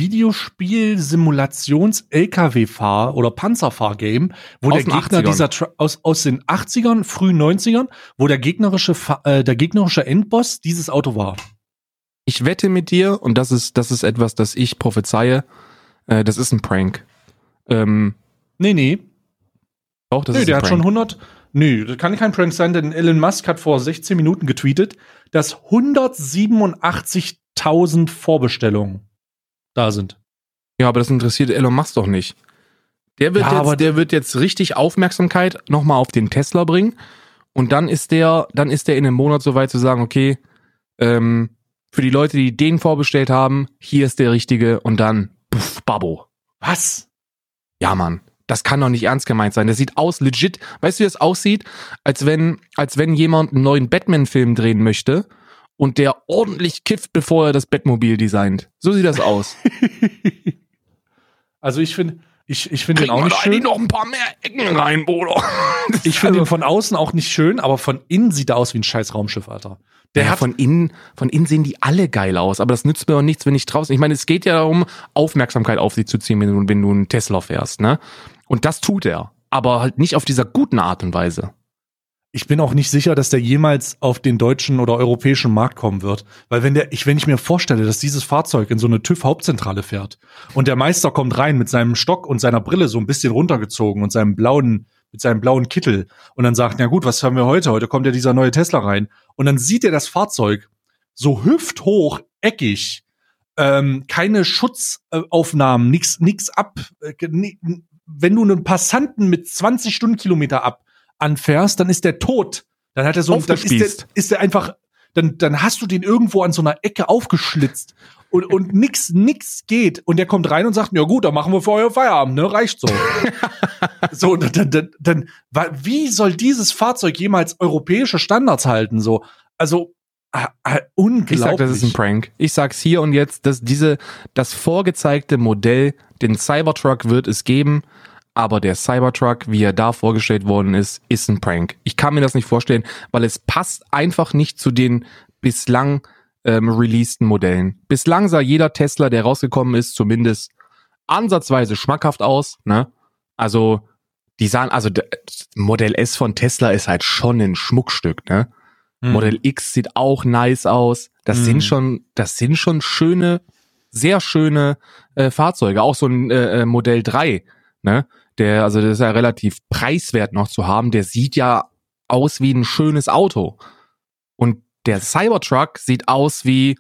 Videospiel-Simulations-LKW-Fahr- oder Panzerfahr-Game, wo der Gegner aus den 80ern, frühen 90ern, wo der gegnerische Endboss dieses Auto war. Ich wette mit dir, und das ist etwas, das ich prophezeie, das ist ein Prank. Nee. Doch, das ist ein der Prank. Hat schon 100. Nee, das kann kein Prank sein, denn Elon Musk hat vor 16 Minuten getweetet, dass 187 1000 Vorbestellungen da sind. Ja, aber das interessiert Elon Musk doch nicht. Der wird jetzt richtig Aufmerksamkeit nochmal auf den Tesla bringen und dann ist der in einem Monat so weit zu sagen, okay, für die Leute, die den vorbestellt haben, hier ist der richtige und dann puff, Babbo. Was? Ja, Mann. Das kann doch nicht ernst gemeint sein. Das sieht aus legit. Weißt du, wie das aussieht? Als wenn jemand einen neuen Batman-Film drehen möchte und der ordentlich kifft, bevor er das Batmobil designt. So sieht das aus. Also ich finde den auch nicht schön. Noch ein paar mehr Ecken rein, Bruder. Ich finde ihn von außen auch nicht schön, aber von innen sieht er aus wie ein scheiß Raumschiff, Alter. Von innen sehen die alle geil aus, aber das nützt mir auch nichts, wenn ich draußen. Ich meine, es geht ja darum, Aufmerksamkeit auf sich zu ziehen, wenn du einen Tesla fährst, ne? Und das tut er, aber halt nicht auf dieser guten Art und Weise. Ich bin auch nicht sicher, dass der jemals auf den deutschen oder europäischen Markt kommen wird. Weil wenn ich mir vorstelle, dass dieses Fahrzeug in so eine TÜV-Hauptzentrale fährt und der Meister kommt rein mit seinem Stock und seiner Brille so ein bisschen runtergezogen und mit seinem blauen Kittel und dann sagt, na gut, was haben wir heute? Heute kommt ja dieser neue Tesla rein. Und dann sieht er das Fahrzeug so hüfthoch, eckig, keine Schutzaufnahmen, nix ab. Wenn du einen Passanten mit 20 Stundenkilometer anfährst, dann ist der tot. Dann hat er dann ist der einfach, dann hast du den irgendwo an so einer Ecke aufgeschlitzt und nix geht. Und der kommt rein und sagt, ja gut, dann machen wir für euer Feierabend, ne? Reicht so. So, dann, wie soll dieses Fahrzeug jemals europäische Standards halten? So, also, unglaublich. Ich sag, das ist ein Prank. Ich sag's hier und jetzt, dass das vorgezeigte Modell, den Cybertruck wird es geben, aber der Cybertruck, wie er da vorgestellt worden ist ein Prank. Ich kann mir das nicht vorstellen, weil es passt einfach nicht zu den bislang releaseden Modellen. Bislang sah jeder Tesla, der rausgekommen ist, zumindest ansatzweise schmackhaft aus, ne? Also, Modell S von Tesla ist halt schon ein Schmuckstück, ne? Modell X sieht auch nice aus. Das sind schon schöne, sehr schöne Fahrzeuge. Auch so ein Modell 3, ne? Das ist ja relativ preiswert noch zu haben. Der sieht ja aus wie ein schönes Auto. Und der Cybertruck sieht aus wie,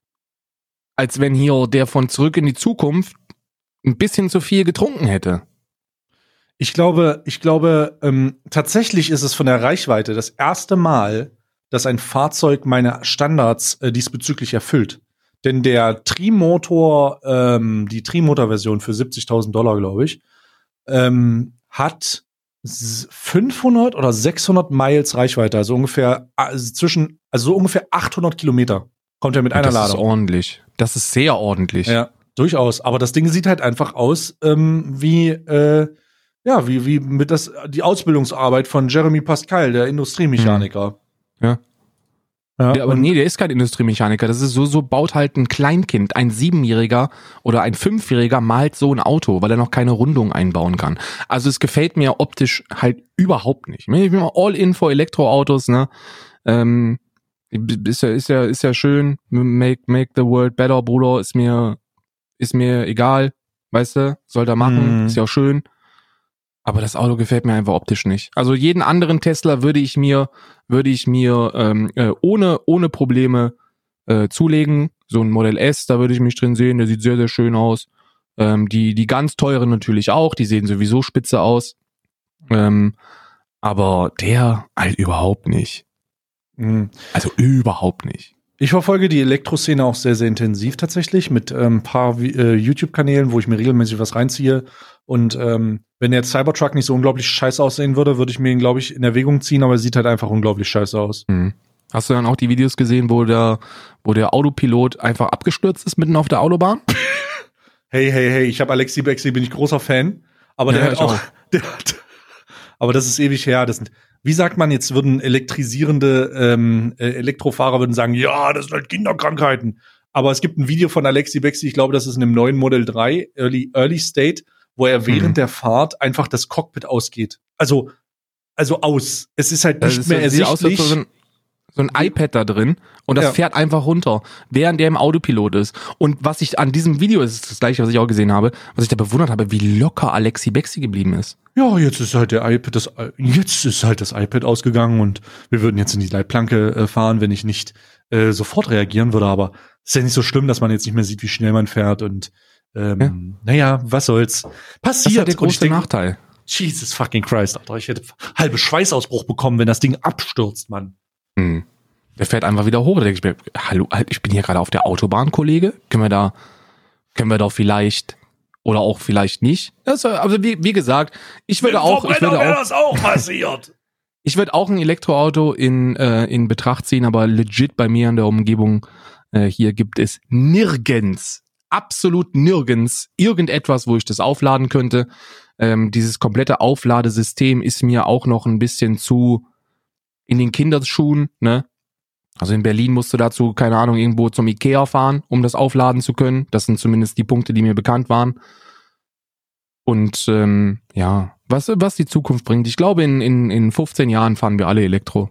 als wenn hier der von Zurück in die Zukunft ein bisschen zu viel getrunken hätte. Ich glaube, tatsächlich ist es von der Reichweite das erste Mal, dass ein Fahrzeug meine Standards diesbezüglich erfüllt. Denn der Trimotor, die Trimotor-Version für $70.000, glaube ich, hat 500 oder 600 Miles Reichweite, also ungefähr so ungefähr 800 Kilometer kommt er mit einer Ladung. Das ist ordentlich. Das ist sehr ordentlich. Ja, durchaus. Aber das Ding sieht halt einfach aus wie die Ausbildungsarbeit von Jeremy Pascal, der Industriemechaniker. Ja. Ja, aber nee, der ist kein Industriemechaniker. Das ist so baut halt ein Kleinkind, ein 7-Jähriger oder ein 5-Jähriger malt so ein Auto, weil er noch keine Rundung einbauen kann. Also es gefällt mir optisch halt überhaupt nicht. Ich bin mal all in for Elektroautos, ne? Ist ja schön. Make the world better, Bruder. Ist mir egal. Weißt du? Soll er machen. Ist ja auch schön. Aber das Auto gefällt mir einfach optisch nicht. Also jeden anderen Tesla würde ich mir ohne Probleme zulegen. So ein Modell S, da würde ich mich drin sehen. Der sieht sehr, sehr schön aus. Die ganz teuren natürlich auch. Die sehen sowieso spitze aus. Aber der halt überhaupt nicht. Also überhaupt nicht. Ich verfolge die Elektroszene auch sehr, sehr intensiv tatsächlich mit ein paar YouTube-Kanälen, wo ich mir regelmäßig was reinziehe. Und wenn der Cybertruck nicht so unglaublich scheiße aussehen würde, würde ich mir ihn, glaube ich, in Erwägung ziehen, aber er sieht halt einfach unglaublich scheiße aus. Hast du dann auch die Videos gesehen, wo der Autopilot einfach abgestürzt ist mitten auf der Autobahn? Hey, ich habe Alexi Bexi, bin ich großer Fan. Aber der hat auch. Aber das ist ewig her. Wie sagt man jetzt, würden elektrisierende Elektrofahrer würden sagen, ja, das sind halt Kinderkrankheiten. Aber es gibt ein Video von Alexi Bexi, ich glaube, das ist in dem neuen Model 3, Early State, wo er während der Fahrt einfach das Cockpit ausgeht. Also aus. Es ist halt nicht mehr ersichtlich. so ein iPad da drin und das fährt einfach runter, während der im Autopilot ist. Und was ich an diesem Video, ist das gleiche, was ich auch gesehen habe, was ich da bewundert habe, wie locker Alexi Bexi geblieben ist. Ja, jetzt ist halt das iPad ausgegangen und wir würden jetzt in die Leitplanke fahren, wenn ich nicht sofort reagieren würde, aber ist ja nicht so schlimm, dass man jetzt nicht mehr sieht, wie schnell man fährt und naja, was soll's. Passiert. Das ist halt der große Nachteil. Jesus fucking Christ, Alter, ich hätte halbe Schweißausbruch bekommen, wenn das Ding abstürzt, Mann. Der fährt einfach wieder hoch. Da denke ich mir, hallo, ich bin hier gerade auf der Autobahn, Kollege. Können wir da vielleicht oder auch vielleicht nicht. Also wie gesagt, ich würde auch das auch passiert. Ich würde auch ein Elektroauto in Betracht ziehen, aber legit bei mir in der Umgebung hier gibt es nirgends, absolut nirgends irgendetwas, wo ich das aufladen könnte. Dieses komplette Aufladesystem ist mir auch noch ein bisschen zu in den Kinderschuhen, ne? Also in Berlin musst du dazu, keine Ahnung, irgendwo zum Ikea fahren, um das aufladen zu können. Das sind zumindest die Punkte, die mir bekannt waren. Und ja, was die Zukunft bringt. Ich glaube, in 15 Jahren fahren wir alle Elektro.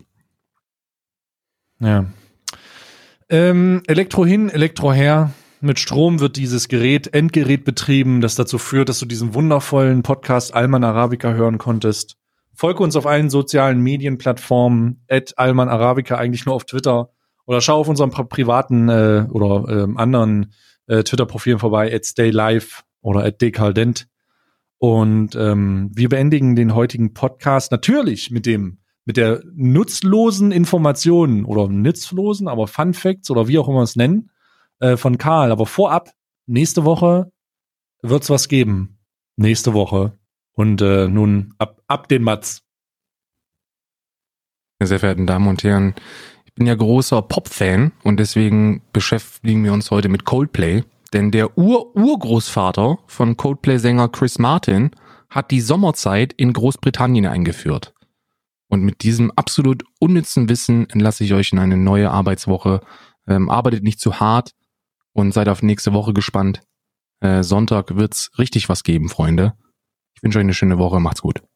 Ja. Elektro hin, Elektro her. Mit Strom wird dieses Endgerät betrieben, das dazu führt, dass du diesen wundervollen Podcast Alman Arabica hören konntest. Folge uns auf allen sozialen Medienplattformen, @Alman Arabica, eigentlich nur auf Twitter. Oder schau auf unserem privaten anderen Twitter-Profilen vorbei, @StayLive oder @Dekaldent. Und wir beendigen den heutigen Podcast natürlich mit der nutzlosen Information oder nutzlosen, aber Fun Facts oder wie auch immer es nennen, von Karl. Aber vorab, nächste Woche wird's was geben. Nächste Woche. Und nun ab den Mats. Sehr verehrten Damen und Herren, ich bin ja großer Pop-Fan und deswegen beschäftigen wir uns heute mit Coldplay. Denn der Urgroßvater von Coldplay-Sänger Chris Martin hat die Sommerzeit in Großbritannien eingeführt. Und mit diesem absolut unnützen Wissen entlasse ich euch in eine neue Arbeitswoche. Arbeitet nicht zu hart und seid auf nächste Woche gespannt. Sonntag wird's richtig was geben, Freunde. Ich wünsche euch eine schöne Woche. Macht's gut.